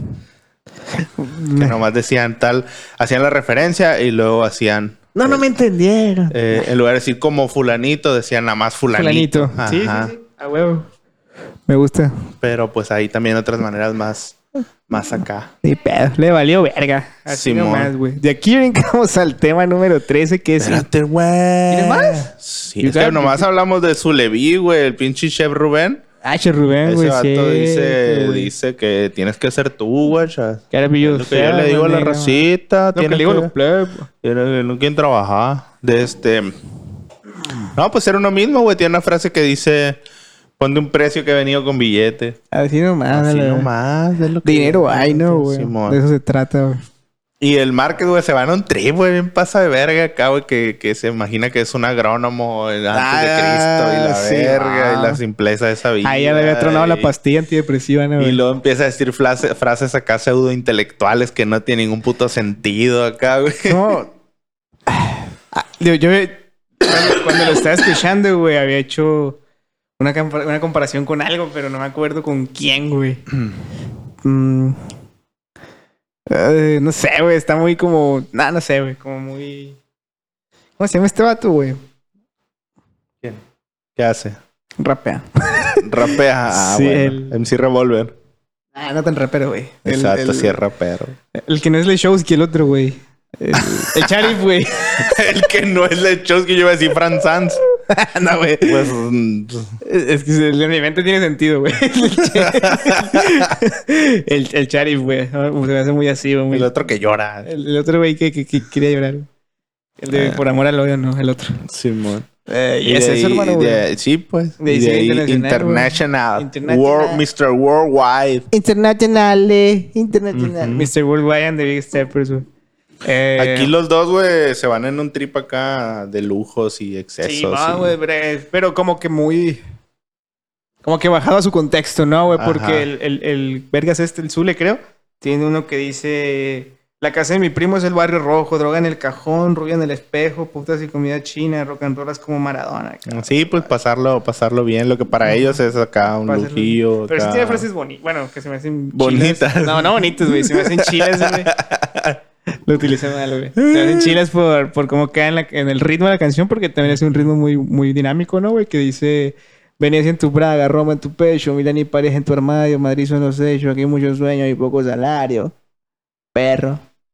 [SPEAKER 2] Que nomás decían tal, hacían la referencia y luego hacían,
[SPEAKER 1] No, no me entendieron.
[SPEAKER 2] eh, en lugar de decir como fulanito, decían nada más fulanito.
[SPEAKER 1] Fulanito. Sí, sí,
[SPEAKER 2] Ajá.
[SPEAKER 1] sí. A huevo. Me gusta.
[SPEAKER 2] Pero pues ahí también otras maneras más, más acá.
[SPEAKER 1] Ni pedo. Le valió verga. Así
[SPEAKER 2] Simón.
[SPEAKER 1] nomás, güey. De aquí brincamos al tema número trece, que es...
[SPEAKER 2] Espérate, güey.
[SPEAKER 1] ¿Tienes más?
[SPEAKER 2] Sí,
[SPEAKER 1] You
[SPEAKER 2] es que
[SPEAKER 1] got-
[SPEAKER 2] nomás hablamos de Zulevi, güey, el pinche chef Rubén.
[SPEAKER 1] Ah, Che Rubén,
[SPEAKER 2] Ese
[SPEAKER 1] güey.
[SPEAKER 2] vato
[SPEAKER 1] sí,
[SPEAKER 2] dice,
[SPEAKER 1] güey.
[SPEAKER 2] dice que tienes que ser tú, güey. cha.
[SPEAKER 1] Que era pillo
[SPEAKER 2] Es lo que yo le digo a la racita.
[SPEAKER 1] Lo que
[SPEAKER 2] tienes
[SPEAKER 1] le digo a
[SPEAKER 2] que-
[SPEAKER 1] los plebes.
[SPEAKER 2] Tiene- no quieren trabajar. De este... No, pues era uno mismo, güey. Tiene una frase que dice... Ponte un precio que he venido con billete.
[SPEAKER 1] Así nomás.
[SPEAKER 2] Así
[SPEAKER 1] dale, güey.
[SPEAKER 2] nomás. es lo que-
[SPEAKER 1] Dinero hay, ¿no, güey?
[SPEAKER 2] Simón.
[SPEAKER 1] De eso se trata, güey.
[SPEAKER 2] Y el Márquez, güey, se van a un trip, güey, bien pasa de verga acá, güey, que, que se imagina que es un agrónomo eh, antes de Cristo y la
[SPEAKER 1] Ah, sí,
[SPEAKER 2] verga
[SPEAKER 1] ah.
[SPEAKER 2] y la simpleza de esa vida.
[SPEAKER 1] Ahí ya le había tronado la
[SPEAKER 2] y-
[SPEAKER 1] pastilla antidepresiva, ¿no,
[SPEAKER 2] Y
[SPEAKER 1] güey?
[SPEAKER 2] luego empieza a decir frase- frases acá pseudo intelectuales que no tienen ningún puto sentido acá, güey.
[SPEAKER 1] No. Ah, Yo, yo cuando, cuando lo estaba escuchando, güey, había hecho una, campa- una comparación con algo, pero no me acuerdo con quién, güey. Mm. Eh, no sé, güey, está muy como... Nah, no sé, güey, como muy... ¿Cómo se llama este vato, güey?
[SPEAKER 2] ¿Quién? ¿Qué hace?
[SPEAKER 1] Rapea.
[SPEAKER 2] Rapea. Ah,
[SPEAKER 1] Sí,
[SPEAKER 2] bueno.
[SPEAKER 1] el-
[SPEAKER 2] M C Revolver.
[SPEAKER 1] Ah, no tan rapero, güey. El-
[SPEAKER 2] Exacto,
[SPEAKER 1] el-
[SPEAKER 2] sí es rapero.
[SPEAKER 1] El que no es Lechowski, el otro, güey. El, el Charif, güey.
[SPEAKER 2] El que no es Lechowski, yo iba a decir Franz Sanz.
[SPEAKER 1] No, güey.
[SPEAKER 2] Pues... mm,
[SPEAKER 1] Es que se- en mi mente tiene sentido, güey. El, el Charif, güey. Se me hace muy así, güey. muy-
[SPEAKER 2] el otro que llora.
[SPEAKER 1] El, el otro güey que, que, que quería llorar. güey. El de
[SPEAKER 2] Ah.
[SPEAKER 1] Por Amor al Odio, no. El otro.
[SPEAKER 2] Simón.
[SPEAKER 1] Eh, y
[SPEAKER 2] Y
[SPEAKER 1] es
[SPEAKER 2] de
[SPEAKER 1] eso,
[SPEAKER 2] ahí-
[SPEAKER 1] hermano,
[SPEAKER 2] de
[SPEAKER 1] güey.
[SPEAKER 2] ahí- sí, pues.
[SPEAKER 1] De ahí
[SPEAKER 2] Y de
[SPEAKER 1] sigue
[SPEAKER 2] ahí
[SPEAKER 1] internacional, güey.
[SPEAKER 2] international.
[SPEAKER 1] International.
[SPEAKER 2] World, mister Worldwide.
[SPEAKER 1] Internacional, eh. Internacional.
[SPEAKER 2] Ujú.
[SPEAKER 1] mister Worldwide and the Big Steppers, güey. Eh,
[SPEAKER 2] Aquí los dos, güey, se van en un trip acá de lujos y excesos.
[SPEAKER 1] Sí, va,
[SPEAKER 2] y-
[SPEAKER 1] güey, bre- pero como que muy... Como que bajado a su contexto, ¿no, güey?
[SPEAKER 2] Ajá.
[SPEAKER 1] Porque el, el, el Vergas este, el Zule, creo, tiene uno que dice... La casa de mi primo es el barrio rojo, droga en el cajón, rubia en el espejo, putas y comida china, rock and roll es como Maradona. cabrón.
[SPEAKER 2] Sí, pues pasarlo, pasarlo bien. Lo que para ellos es acá un
[SPEAKER 1] Pásalo.
[SPEAKER 2] lujillo.
[SPEAKER 1] Pero sí
[SPEAKER 2] acá.
[SPEAKER 1] tiene frases bonitas. Bueno, que se me hacen
[SPEAKER 2] Bonitas.
[SPEAKER 1] chilas. No, no bonitas, güey. Se me hacen chilas, güey. Lo utilicé mal, güey. Se me hacen chilas por, por cómo cae en, la- en el ritmo de la canción, porque también es un ritmo muy, muy dinámico, ¿no, güey? Que dice... Venecia en tu braga, Roma en tu pecho, Milán y París en tu armario, Madrid son los hechos, aquí hay muchos sueños y poco salario. Perro.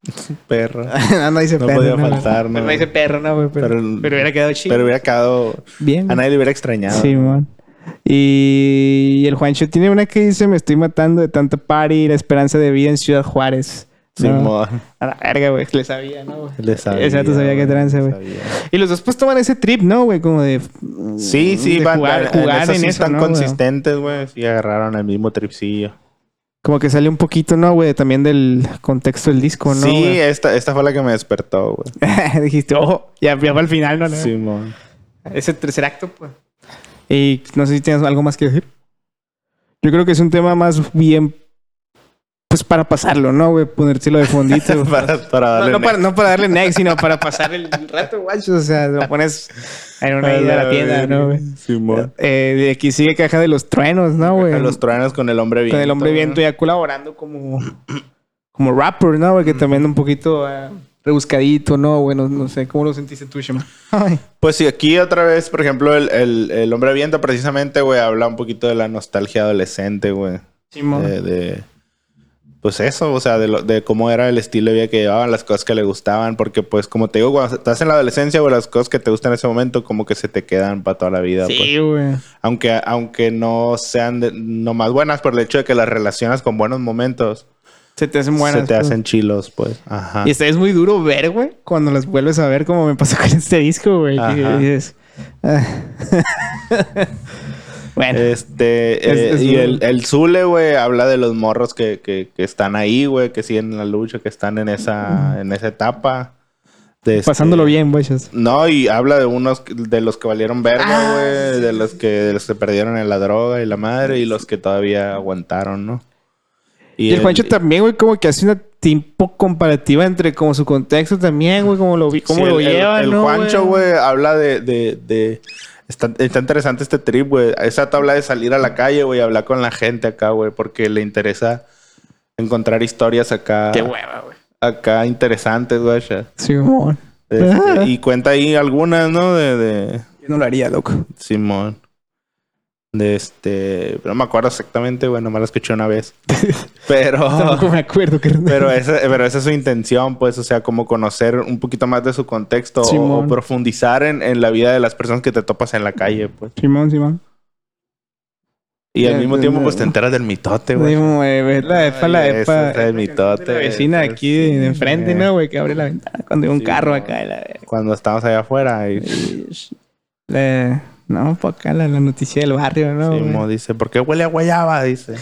[SPEAKER 2] Perro.
[SPEAKER 1] no, no dice
[SPEAKER 2] No
[SPEAKER 1] perro.
[SPEAKER 2] podía
[SPEAKER 1] no,
[SPEAKER 2] faltar,
[SPEAKER 1] no.
[SPEAKER 2] ¿no?
[SPEAKER 1] No dice perro, no, güey. Pero,
[SPEAKER 2] Pero-
[SPEAKER 1] pero, hubiera quedado chido.
[SPEAKER 2] Pero hubiera quedado...
[SPEAKER 1] Bien.
[SPEAKER 2] A nadie le hubiera extrañado.
[SPEAKER 1] Sí, man. Y el Juancho tiene una que dice: me estoy matando de tanto party y la esperanza de vida en Ciudad Juárez.
[SPEAKER 2] Sí,
[SPEAKER 1] No.
[SPEAKER 2] mo.
[SPEAKER 1] A la verga, güey. Le sabía, ¿no, güey?
[SPEAKER 2] Le sabía.
[SPEAKER 1] Ese vato sabía
[SPEAKER 2] güey,
[SPEAKER 1] qué tranza,
[SPEAKER 2] le
[SPEAKER 1] güey.
[SPEAKER 2] sabía.
[SPEAKER 1] Y los dos pues toman ese trip, ¿no, güey? Como de...
[SPEAKER 2] Sí, sí,
[SPEAKER 1] de
[SPEAKER 2] van,
[SPEAKER 1] jugar,
[SPEAKER 2] en-
[SPEAKER 1] jugar
[SPEAKER 2] en eso
[SPEAKER 1] en
[SPEAKER 2] sí
[SPEAKER 1] eso,
[SPEAKER 2] están
[SPEAKER 1] ¿no, güey?
[SPEAKER 2] consistentes, güey. Sí agarraron el mismo tripsillo.
[SPEAKER 1] Como que sale un poquito, ¿no, güey? También del contexto del disco, ¿no?
[SPEAKER 2] sí,
[SPEAKER 1] güey?
[SPEAKER 2] esta, esta fue la que me despertó, güey.
[SPEAKER 1] Dijiste, oh, ya, ya va al final, ¿no?
[SPEAKER 2] Sí, mo.
[SPEAKER 1] Ese tercer acto, pues. Y no sé si tienes algo más que decir. Yo creo que es un tema más bien... Pues para pasarlo, ¿no, güey? Ponértelo de fondito. güey.
[SPEAKER 2] para, para
[SPEAKER 1] no,
[SPEAKER 2] darle
[SPEAKER 1] no, para,
[SPEAKER 2] next.
[SPEAKER 1] no para darle next, sino para pasar el rato, guacho. O sea, lo pones en una ida a la tienda, ¿no, güey?
[SPEAKER 2] Sí, mo.
[SPEAKER 1] Eh, de aquí sigue Caja de los Truenos, ¿no, güey?
[SPEAKER 2] Los truenos con el hombre viento.
[SPEAKER 1] Con el hombre
[SPEAKER 2] güey.
[SPEAKER 1] viento ya colaborando como... Como rapper, ¿no, güey? Que también un poquito... eh, rebuscadito, ¿no? Bueno, no sé. ¿Cómo lo sentiste tú, Shema? Ay.
[SPEAKER 2] Pues sí, aquí otra vez, por ejemplo, el, el, el hombre viento precisamente, güey, habla un poquito de la nostalgia adolescente, güey.
[SPEAKER 1] Simón.
[SPEAKER 2] De, de- pues eso, o sea, de, lo, de cómo era el estilo de vida que llevaban, las cosas que le gustaban, porque pues como te digo, cuando estás en la adolescencia, güey, las cosas que te gustan en ese momento como que se te quedan para toda la vida, pues.
[SPEAKER 1] Sí, güey.
[SPEAKER 2] Aunque, aunque no sean de, no más buenas por el hecho de que las relacionas con buenos momentos,
[SPEAKER 1] Se te hacen buenas.
[SPEAKER 2] se te
[SPEAKER 1] pues.
[SPEAKER 2] hacen chilos, pues. Ajá.
[SPEAKER 1] Y este es muy duro ver, güey, cuando las vuelves a ver, como me pasó con este disco, güey.
[SPEAKER 2] Ajá.
[SPEAKER 1] Que dices... ah. bueno.
[SPEAKER 2] Este,
[SPEAKER 1] Es-
[SPEAKER 2] eh,
[SPEAKER 1] es
[SPEAKER 2] y
[SPEAKER 1] duro.
[SPEAKER 2] el, el Zule, güey, habla de los morros que, que, que están ahí, güey, que siguen en la lucha, que están en esa, en esa etapa. De este-
[SPEAKER 1] Pasándolo bien, güey.
[SPEAKER 2] No, y habla de unos que- de los que valieron verga,
[SPEAKER 1] Ah,
[SPEAKER 2] güey,
[SPEAKER 1] sí,
[SPEAKER 2] de los que, de los que perdieron en la droga y la madre, y los que todavía aguantaron, ¿no?
[SPEAKER 1] Y el Juancho también, güey, como que hace una tipo comparativa entre como su contexto también, güey, como lo vi, cómo
[SPEAKER 2] sí,
[SPEAKER 1] lo
[SPEAKER 2] el, el-
[SPEAKER 1] lleva,
[SPEAKER 2] el
[SPEAKER 1] ¿no,
[SPEAKER 2] Juancho, güey, habla de, de, de está, está interesante este trip, güey. Esa habla de salir a la calle, güey, hablar con la gente acá, güey, porque le interesa encontrar historias acá.
[SPEAKER 1] Qué hueva, güey.
[SPEAKER 2] Acá interesantes, güey.
[SPEAKER 1] Simón.
[SPEAKER 2] Este, y cuenta ahí algunas, ¿no? De, de
[SPEAKER 1] Yo no lo haría, loco.
[SPEAKER 2] Simón. De este... No me acuerdo exactamente, güey. Nomás la escuché una vez. Pero...
[SPEAKER 1] Tampoco me acuerdo, carnal.
[SPEAKER 2] Pero esa, pero esa es su intención, pues. O sea, como conocer un poquito más de su contexto. O,
[SPEAKER 1] Simón.
[SPEAKER 2] o profundizar en, en la vida de las personas que te topas en la calle, pues.
[SPEAKER 1] Simón, Simón.
[SPEAKER 2] Y al
[SPEAKER 1] Ya,
[SPEAKER 2] mismo
[SPEAKER 1] ya,
[SPEAKER 2] tiempo,
[SPEAKER 1] ya.
[SPEAKER 2] pues, te enteras del mitote, güey.
[SPEAKER 1] Digo, güey, ve la epa, la
[SPEAKER 2] Ay,
[SPEAKER 1] epa.
[SPEAKER 2] ese es el mitote,
[SPEAKER 1] La vecina de aquí de, de enfrente,
[SPEAKER 2] Sí.
[SPEAKER 1] ¿no, güey? Que abre la ventana cuando hay un
[SPEAKER 2] Sí,
[SPEAKER 1] carro
[SPEAKER 2] no.
[SPEAKER 1] acá. Y la...
[SPEAKER 2] Cuando estamos allá afuera. Y
[SPEAKER 1] la- No, para acá la, la noticia del barrio, ¿no? güey?
[SPEAKER 2] Simo dice, ¿por qué huele a guayaba? Dice.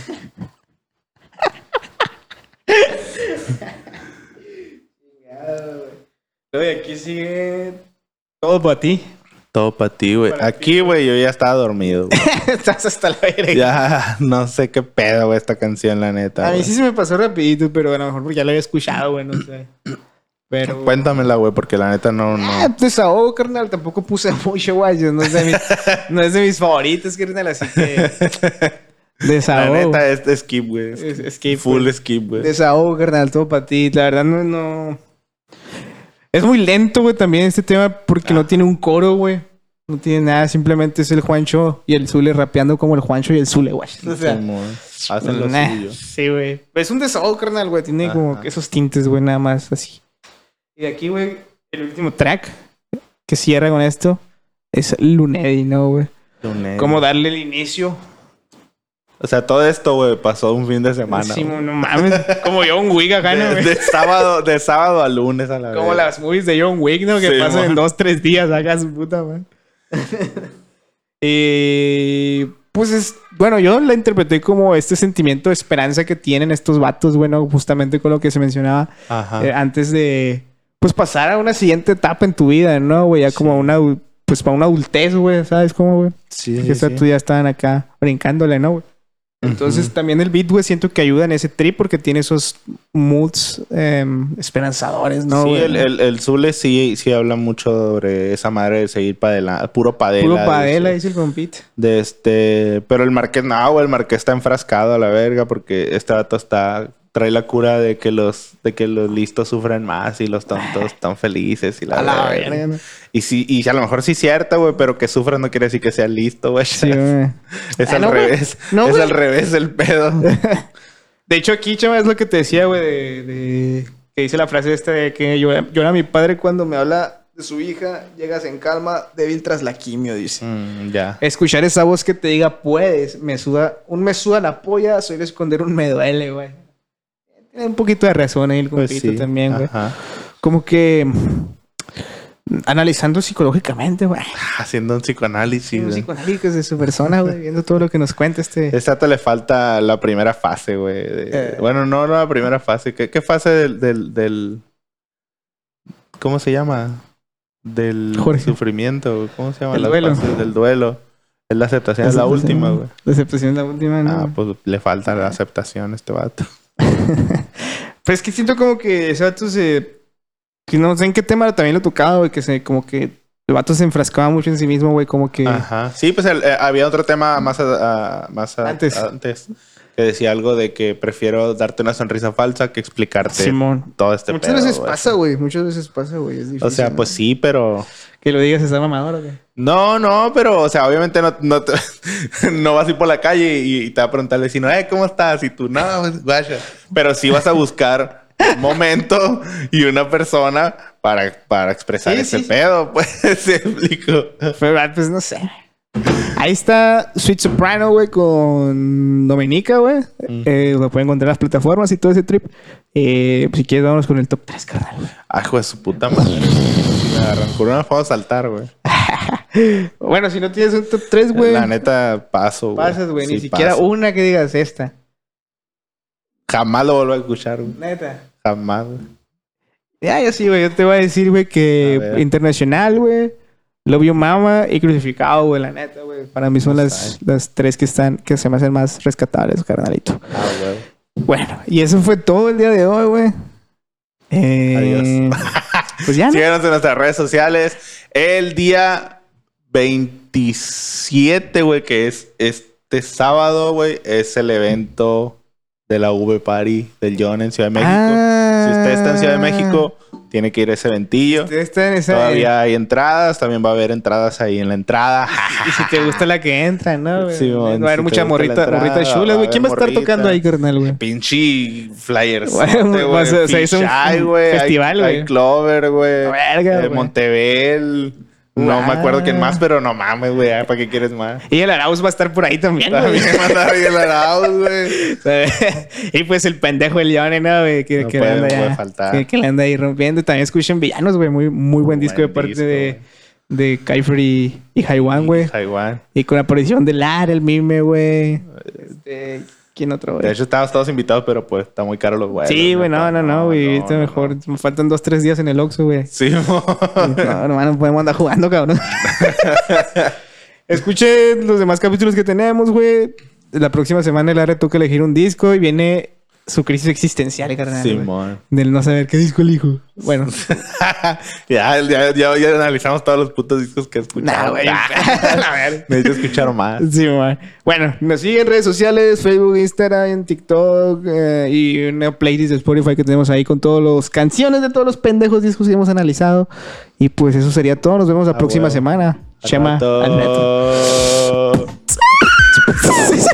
[SPEAKER 1] Oye, aquí sigue todo para ti.
[SPEAKER 2] Todo para ti, güey.
[SPEAKER 1] Para
[SPEAKER 2] Aquí, güey, yo ya estaba dormido, güey.
[SPEAKER 1] Estás hasta la verga.
[SPEAKER 2] Ya no sé qué pedo, güey, esta canción, la neta.
[SPEAKER 1] A mí
[SPEAKER 2] güey.
[SPEAKER 1] sí se me pasó rapidito, pero a lo mejor porque ya lo había escuchado, güey, no sé. Pero...
[SPEAKER 2] Cuéntamela, güey, porque la neta no...
[SPEAKER 1] Ah,
[SPEAKER 2] no...
[SPEAKER 1] desahogo, carnal. Tampoco puse mucho, güey. No es de mis, no es de mis favoritos, carnal. Así que...
[SPEAKER 2] La
[SPEAKER 1] Desahogo.
[SPEAKER 2] neta es, es skip, güey.
[SPEAKER 1] Es- es skip,
[SPEAKER 2] Full
[SPEAKER 1] güey.
[SPEAKER 2] skip, güey.
[SPEAKER 1] Desahogo, carnal. Todo para ti. La verdad, no, no... Es muy lento, güey, también este tema porque no tiene un coro, güey. No tiene nada. Simplemente es el Juancho y el Zule rapeando como el Juancho y el Zule, güey. O sea...
[SPEAKER 2] Simón. Hacen lo
[SPEAKER 1] nah,
[SPEAKER 2] suyo.
[SPEAKER 1] Sí, güey. Es un desahogo, carnal, güey. Tiene
[SPEAKER 2] Ajá.
[SPEAKER 1] como que esos tintes, güey, nada más así. Y de aquí, güey, el último track que cierra con esto es Lunedi, ¿no, güey?
[SPEAKER 2] Lunedi.
[SPEAKER 1] Cómo darle el inicio.
[SPEAKER 2] O sea, todo esto, güey, pasó un fin de semana.
[SPEAKER 1] Sí,
[SPEAKER 2] güey.
[SPEAKER 1] no mames. Como John Wick acá, ¿no,
[SPEAKER 2] de,
[SPEAKER 1] güey?
[SPEAKER 2] de sábado, de sábado a lunes a la vez.
[SPEAKER 1] Como las movies de John Wick, ¿no? Que
[SPEAKER 2] Sí,
[SPEAKER 1] pasan
[SPEAKER 2] mon.
[SPEAKER 1] en dos, tres días acá, su puta, güey. Y... Pues es... Bueno, yo la interpreté como este sentimiento de esperanza que tienen estos vatos, bueno, justamente con lo que se mencionaba
[SPEAKER 2] Ajá.
[SPEAKER 1] eh, antes de... Pues pasar a una siguiente etapa en tu vida, ¿no, güey? Ya como una... adu- Pues para una adultez, güey, ¿sabes cómo, güey?
[SPEAKER 2] sí,
[SPEAKER 1] Que
[SPEAKER 2] sí,
[SPEAKER 1] esta
[SPEAKER 2] sí.
[SPEAKER 1] tú ya estaban acá brincándole, ¿no, güey? Entonces
[SPEAKER 2] Ujú.
[SPEAKER 1] también el beat, güey, siento que ayuda en ese trip porque tiene esos moods em, esperanzadores, ¿no,
[SPEAKER 2] sí,
[SPEAKER 1] güey?
[SPEAKER 2] el, el, el Zule sí, sí habla mucho sobre esa madre de seguir para adelante. Puro padela.
[SPEAKER 1] Puro padela,
[SPEAKER 2] dice.
[SPEAKER 1] dice el compite.
[SPEAKER 2] De este... Pero el Marqués, no, güey. El Marqués está enfrascado a la verga porque este vato está... Trae la cura de que los... De que los listos sufren más y los tontos están felices y la,
[SPEAKER 1] A la
[SPEAKER 2] verga.
[SPEAKER 1] verga, ¿no?
[SPEAKER 2] Y sí... Y a lo mejor sí es cierto, güey. Pero que sufran no quiere decir que sea listo, güey.
[SPEAKER 1] Sí, güey.
[SPEAKER 2] Es
[SPEAKER 1] Ah,
[SPEAKER 2] al
[SPEAKER 1] no, güey.
[SPEAKER 2] revés.
[SPEAKER 1] No,
[SPEAKER 2] es
[SPEAKER 1] güey.
[SPEAKER 2] al revés el pedo.
[SPEAKER 1] De hecho, aquí, chava, es lo que te decía, güey, de, de... Que dice la frase esta de que llora, llora mi padre cuando me habla de su hija, llegas en calma, débil tras la quimio, dice.
[SPEAKER 2] Mm, ya.
[SPEAKER 1] Escuchar esa voz que te diga, puedes, me suda, un me suda la polla, soy de esconder un me duele, güey. Tiene un poquito de razón ahí el
[SPEAKER 2] Pues
[SPEAKER 1] compito
[SPEAKER 2] sí.
[SPEAKER 1] también, güey.
[SPEAKER 2] Ajá.
[SPEAKER 1] Como que analizando psicológicamente, güey.
[SPEAKER 2] Haciendo un psicoanálisis.
[SPEAKER 1] Un
[SPEAKER 2] güey.
[SPEAKER 1] psicoanálisis de su persona, güey. Viendo todo lo que nos cuenta este...
[SPEAKER 2] Esta te le falta la primera fase, güey. de-
[SPEAKER 1] Eh.
[SPEAKER 2] Bueno, no, no la primera fase. ¿Qué, qué fase del, del, del... ¿Cómo se llama? Del
[SPEAKER 1] Jorge.
[SPEAKER 2] sufrimiento. ¿Cómo se llama?
[SPEAKER 1] El
[SPEAKER 2] Las
[SPEAKER 1] duelo.
[SPEAKER 2] fases del duelo. Es la aceptación. Es la
[SPEAKER 1] aceptación.
[SPEAKER 2] última, güey.
[SPEAKER 1] La aceptación es la última, ¿no?
[SPEAKER 2] Ah, pues le falta la aceptación a este vato.
[SPEAKER 1] Pero es que siento como que ese vato se... Que no sé en qué tema también lo tocaba, güey. Que se... Como que el vato se enfrascaba mucho en sí mismo, güey. Como que...
[SPEAKER 2] Ajá. Sí, pues el- eh, había otro tema más, a- a- más a-
[SPEAKER 1] Antes.
[SPEAKER 2] antes que decía algo de que prefiero darte una sonrisa falsa que explicarte
[SPEAKER 1] Simón.
[SPEAKER 2] todo este
[SPEAKER 1] Muchas
[SPEAKER 2] pedo,
[SPEAKER 1] veces
[SPEAKER 2] güey.
[SPEAKER 1] pasa, güey. Muchas veces pasa, güey. Es difícil.
[SPEAKER 2] O sea,
[SPEAKER 1] ¿no?
[SPEAKER 2] pues sí, pero...
[SPEAKER 1] Que lo digas está mamador, güey.
[SPEAKER 2] No, no, pero, o sea, obviamente no, no, te- no vas a ir por la calle y, y te va a preguntar al vecino, eh, ¿cómo estás? Y tú, no, pues vaya. Pero sí vas a buscar un momento y una persona para, para expresar
[SPEAKER 1] Sí,
[SPEAKER 2] ese
[SPEAKER 1] sí, sí.
[SPEAKER 2] pedo, pues, se explico.
[SPEAKER 1] Pero, ah, pues no sé. Ahí está Sweet Soprano, güey, con Dominica, güey.
[SPEAKER 2] Mm.
[SPEAKER 1] Eh, lo pueden encontrar en las plataformas y todo ese trip. Eh, pues si quieres, vámonos con el top tres, carnal.
[SPEAKER 2] Ay, hijo de su puta madre. Si me agarran por una puedo saltar, güey.
[SPEAKER 1] Bueno, si no tienes un top tres, güey,
[SPEAKER 2] La neta, paso, güey.
[SPEAKER 1] pasas, güey. Ni
[SPEAKER 2] Sí,
[SPEAKER 1] siquiera
[SPEAKER 2] paso.
[SPEAKER 1] una que digas esta.
[SPEAKER 2] Jamás lo vuelvo a escuchar, güey.
[SPEAKER 1] Neta.
[SPEAKER 2] Jamás, güey.
[SPEAKER 1] Ya, ya sí, güey. Yo te voy a decir, güey,
[SPEAKER 2] A
[SPEAKER 1] que
[SPEAKER 2] ver.
[SPEAKER 1] Internacional, güey. Love You Mama y Crucificado, güey. La neta, güey. Para mí son
[SPEAKER 2] No
[SPEAKER 1] las,
[SPEAKER 2] sabe.
[SPEAKER 1] las tres que están, que se me hacen más rescatables, carnalito.
[SPEAKER 2] Ah, güey.
[SPEAKER 1] Bueno, y eso fue todo el día de hoy, güey. Eh,
[SPEAKER 2] Adiós.
[SPEAKER 1] Pues ya, ¿no?
[SPEAKER 2] Síganos en nuestras redes sociales. El día veintisiete, güey, que es este sábado, güey, es el evento de la V Party del John en Ciudad de México.
[SPEAKER 1] Ah.
[SPEAKER 2] Si usted está en Ciudad de México, tiene que ir a ese eventillo.
[SPEAKER 1] Usted está en esa...
[SPEAKER 2] Todavía hay entradas, también va a haber entradas ahí en la entrada.
[SPEAKER 1] Y si te gusta la que entra, ¿no, güey?
[SPEAKER 2] Sí, man,
[SPEAKER 1] va a haber
[SPEAKER 2] si
[SPEAKER 1] mucha
[SPEAKER 2] te gusta la
[SPEAKER 1] morrita,
[SPEAKER 2] entrada,
[SPEAKER 1] morrita
[SPEAKER 2] va
[SPEAKER 1] chulas,
[SPEAKER 2] a
[SPEAKER 1] güey. ¿Quién va a
[SPEAKER 2] haber
[SPEAKER 1] estar
[SPEAKER 2] morrita.
[SPEAKER 1] tocando ahí, carnal, güey?
[SPEAKER 2] Pinche flyers.
[SPEAKER 1] Bueno, va a ser- o sea, es un- un festival, güey.
[SPEAKER 2] Hay Clover, güey.
[SPEAKER 1] Verga,
[SPEAKER 2] Eh,
[SPEAKER 1] güey.
[SPEAKER 2] Montebel. No
[SPEAKER 1] Wow.
[SPEAKER 2] me acuerdo quién más, pero no mames, güey. ya, ¿Para qué quieres más?
[SPEAKER 1] Y el Arauz va a estar por ahí también, güey.
[SPEAKER 2] También mandar ahí el Arauz, güey.
[SPEAKER 1] Y pues el pendejo el Leone, ¿no, güey? Que,
[SPEAKER 2] No
[SPEAKER 1] que
[SPEAKER 2] puede-
[SPEAKER 1] le anda
[SPEAKER 2] no
[SPEAKER 1] ya-
[SPEAKER 2] puede faltar.
[SPEAKER 1] Que, que le anda ahí rompiendo. También escuchen Villanos, güey. Muy, muy buen disco
[SPEAKER 2] Buen
[SPEAKER 1] de parte
[SPEAKER 2] disco,
[SPEAKER 1] de, de Kaifer y, y Haiwan, güey.
[SPEAKER 2] Taiwán.
[SPEAKER 1] Y con la aparición de Lara, el mime, güey. Este, ¿quién otro,
[SPEAKER 2] De
[SPEAKER 1] güey?
[SPEAKER 2] hecho, estábamos todos invitados, pero pues está muy caro los güeyes.
[SPEAKER 1] Sí, güey, no, no, no, güey.
[SPEAKER 2] no,
[SPEAKER 1] Ahorita
[SPEAKER 2] no,
[SPEAKER 1] mejor.
[SPEAKER 2] no.
[SPEAKER 1] Me faltan dos, tres días en el Oxxo, güey.
[SPEAKER 2] Sí, mo.
[SPEAKER 1] No, no, no podemos andar jugando, cabrón. Escuchen los demás capítulos que tenemos, güey. La próxima semana el Lara toca elegir un disco y viene su crisis existencial, carnal. güey.
[SPEAKER 2] Simón.
[SPEAKER 1] Del no saber qué disco elijo. Bueno.
[SPEAKER 2] ya, ya, ya, ya analizamos todos los putos discos que escuchamos.
[SPEAKER 1] Nah, güey.
[SPEAKER 2] A ver. Necesito escuchar más.
[SPEAKER 1] Sí, man. Bueno, nos siguen en redes sociales, Facebook, Instagram, TikTok eh, y una playlist de Spotify que tenemos ahí con todas las canciones de todos los pendejos discos que hemos analizado. Y pues eso sería todo. Nos vemos la
[SPEAKER 2] Ah,
[SPEAKER 1] próxima
[SPEAKER 2] huevo.
[SPEAKER 1] semana.
[SPEAKER 2] Al
[SPEAKER 1] Chema
[SPEAKER 2] rato.
[SPEAKER 1] al neto.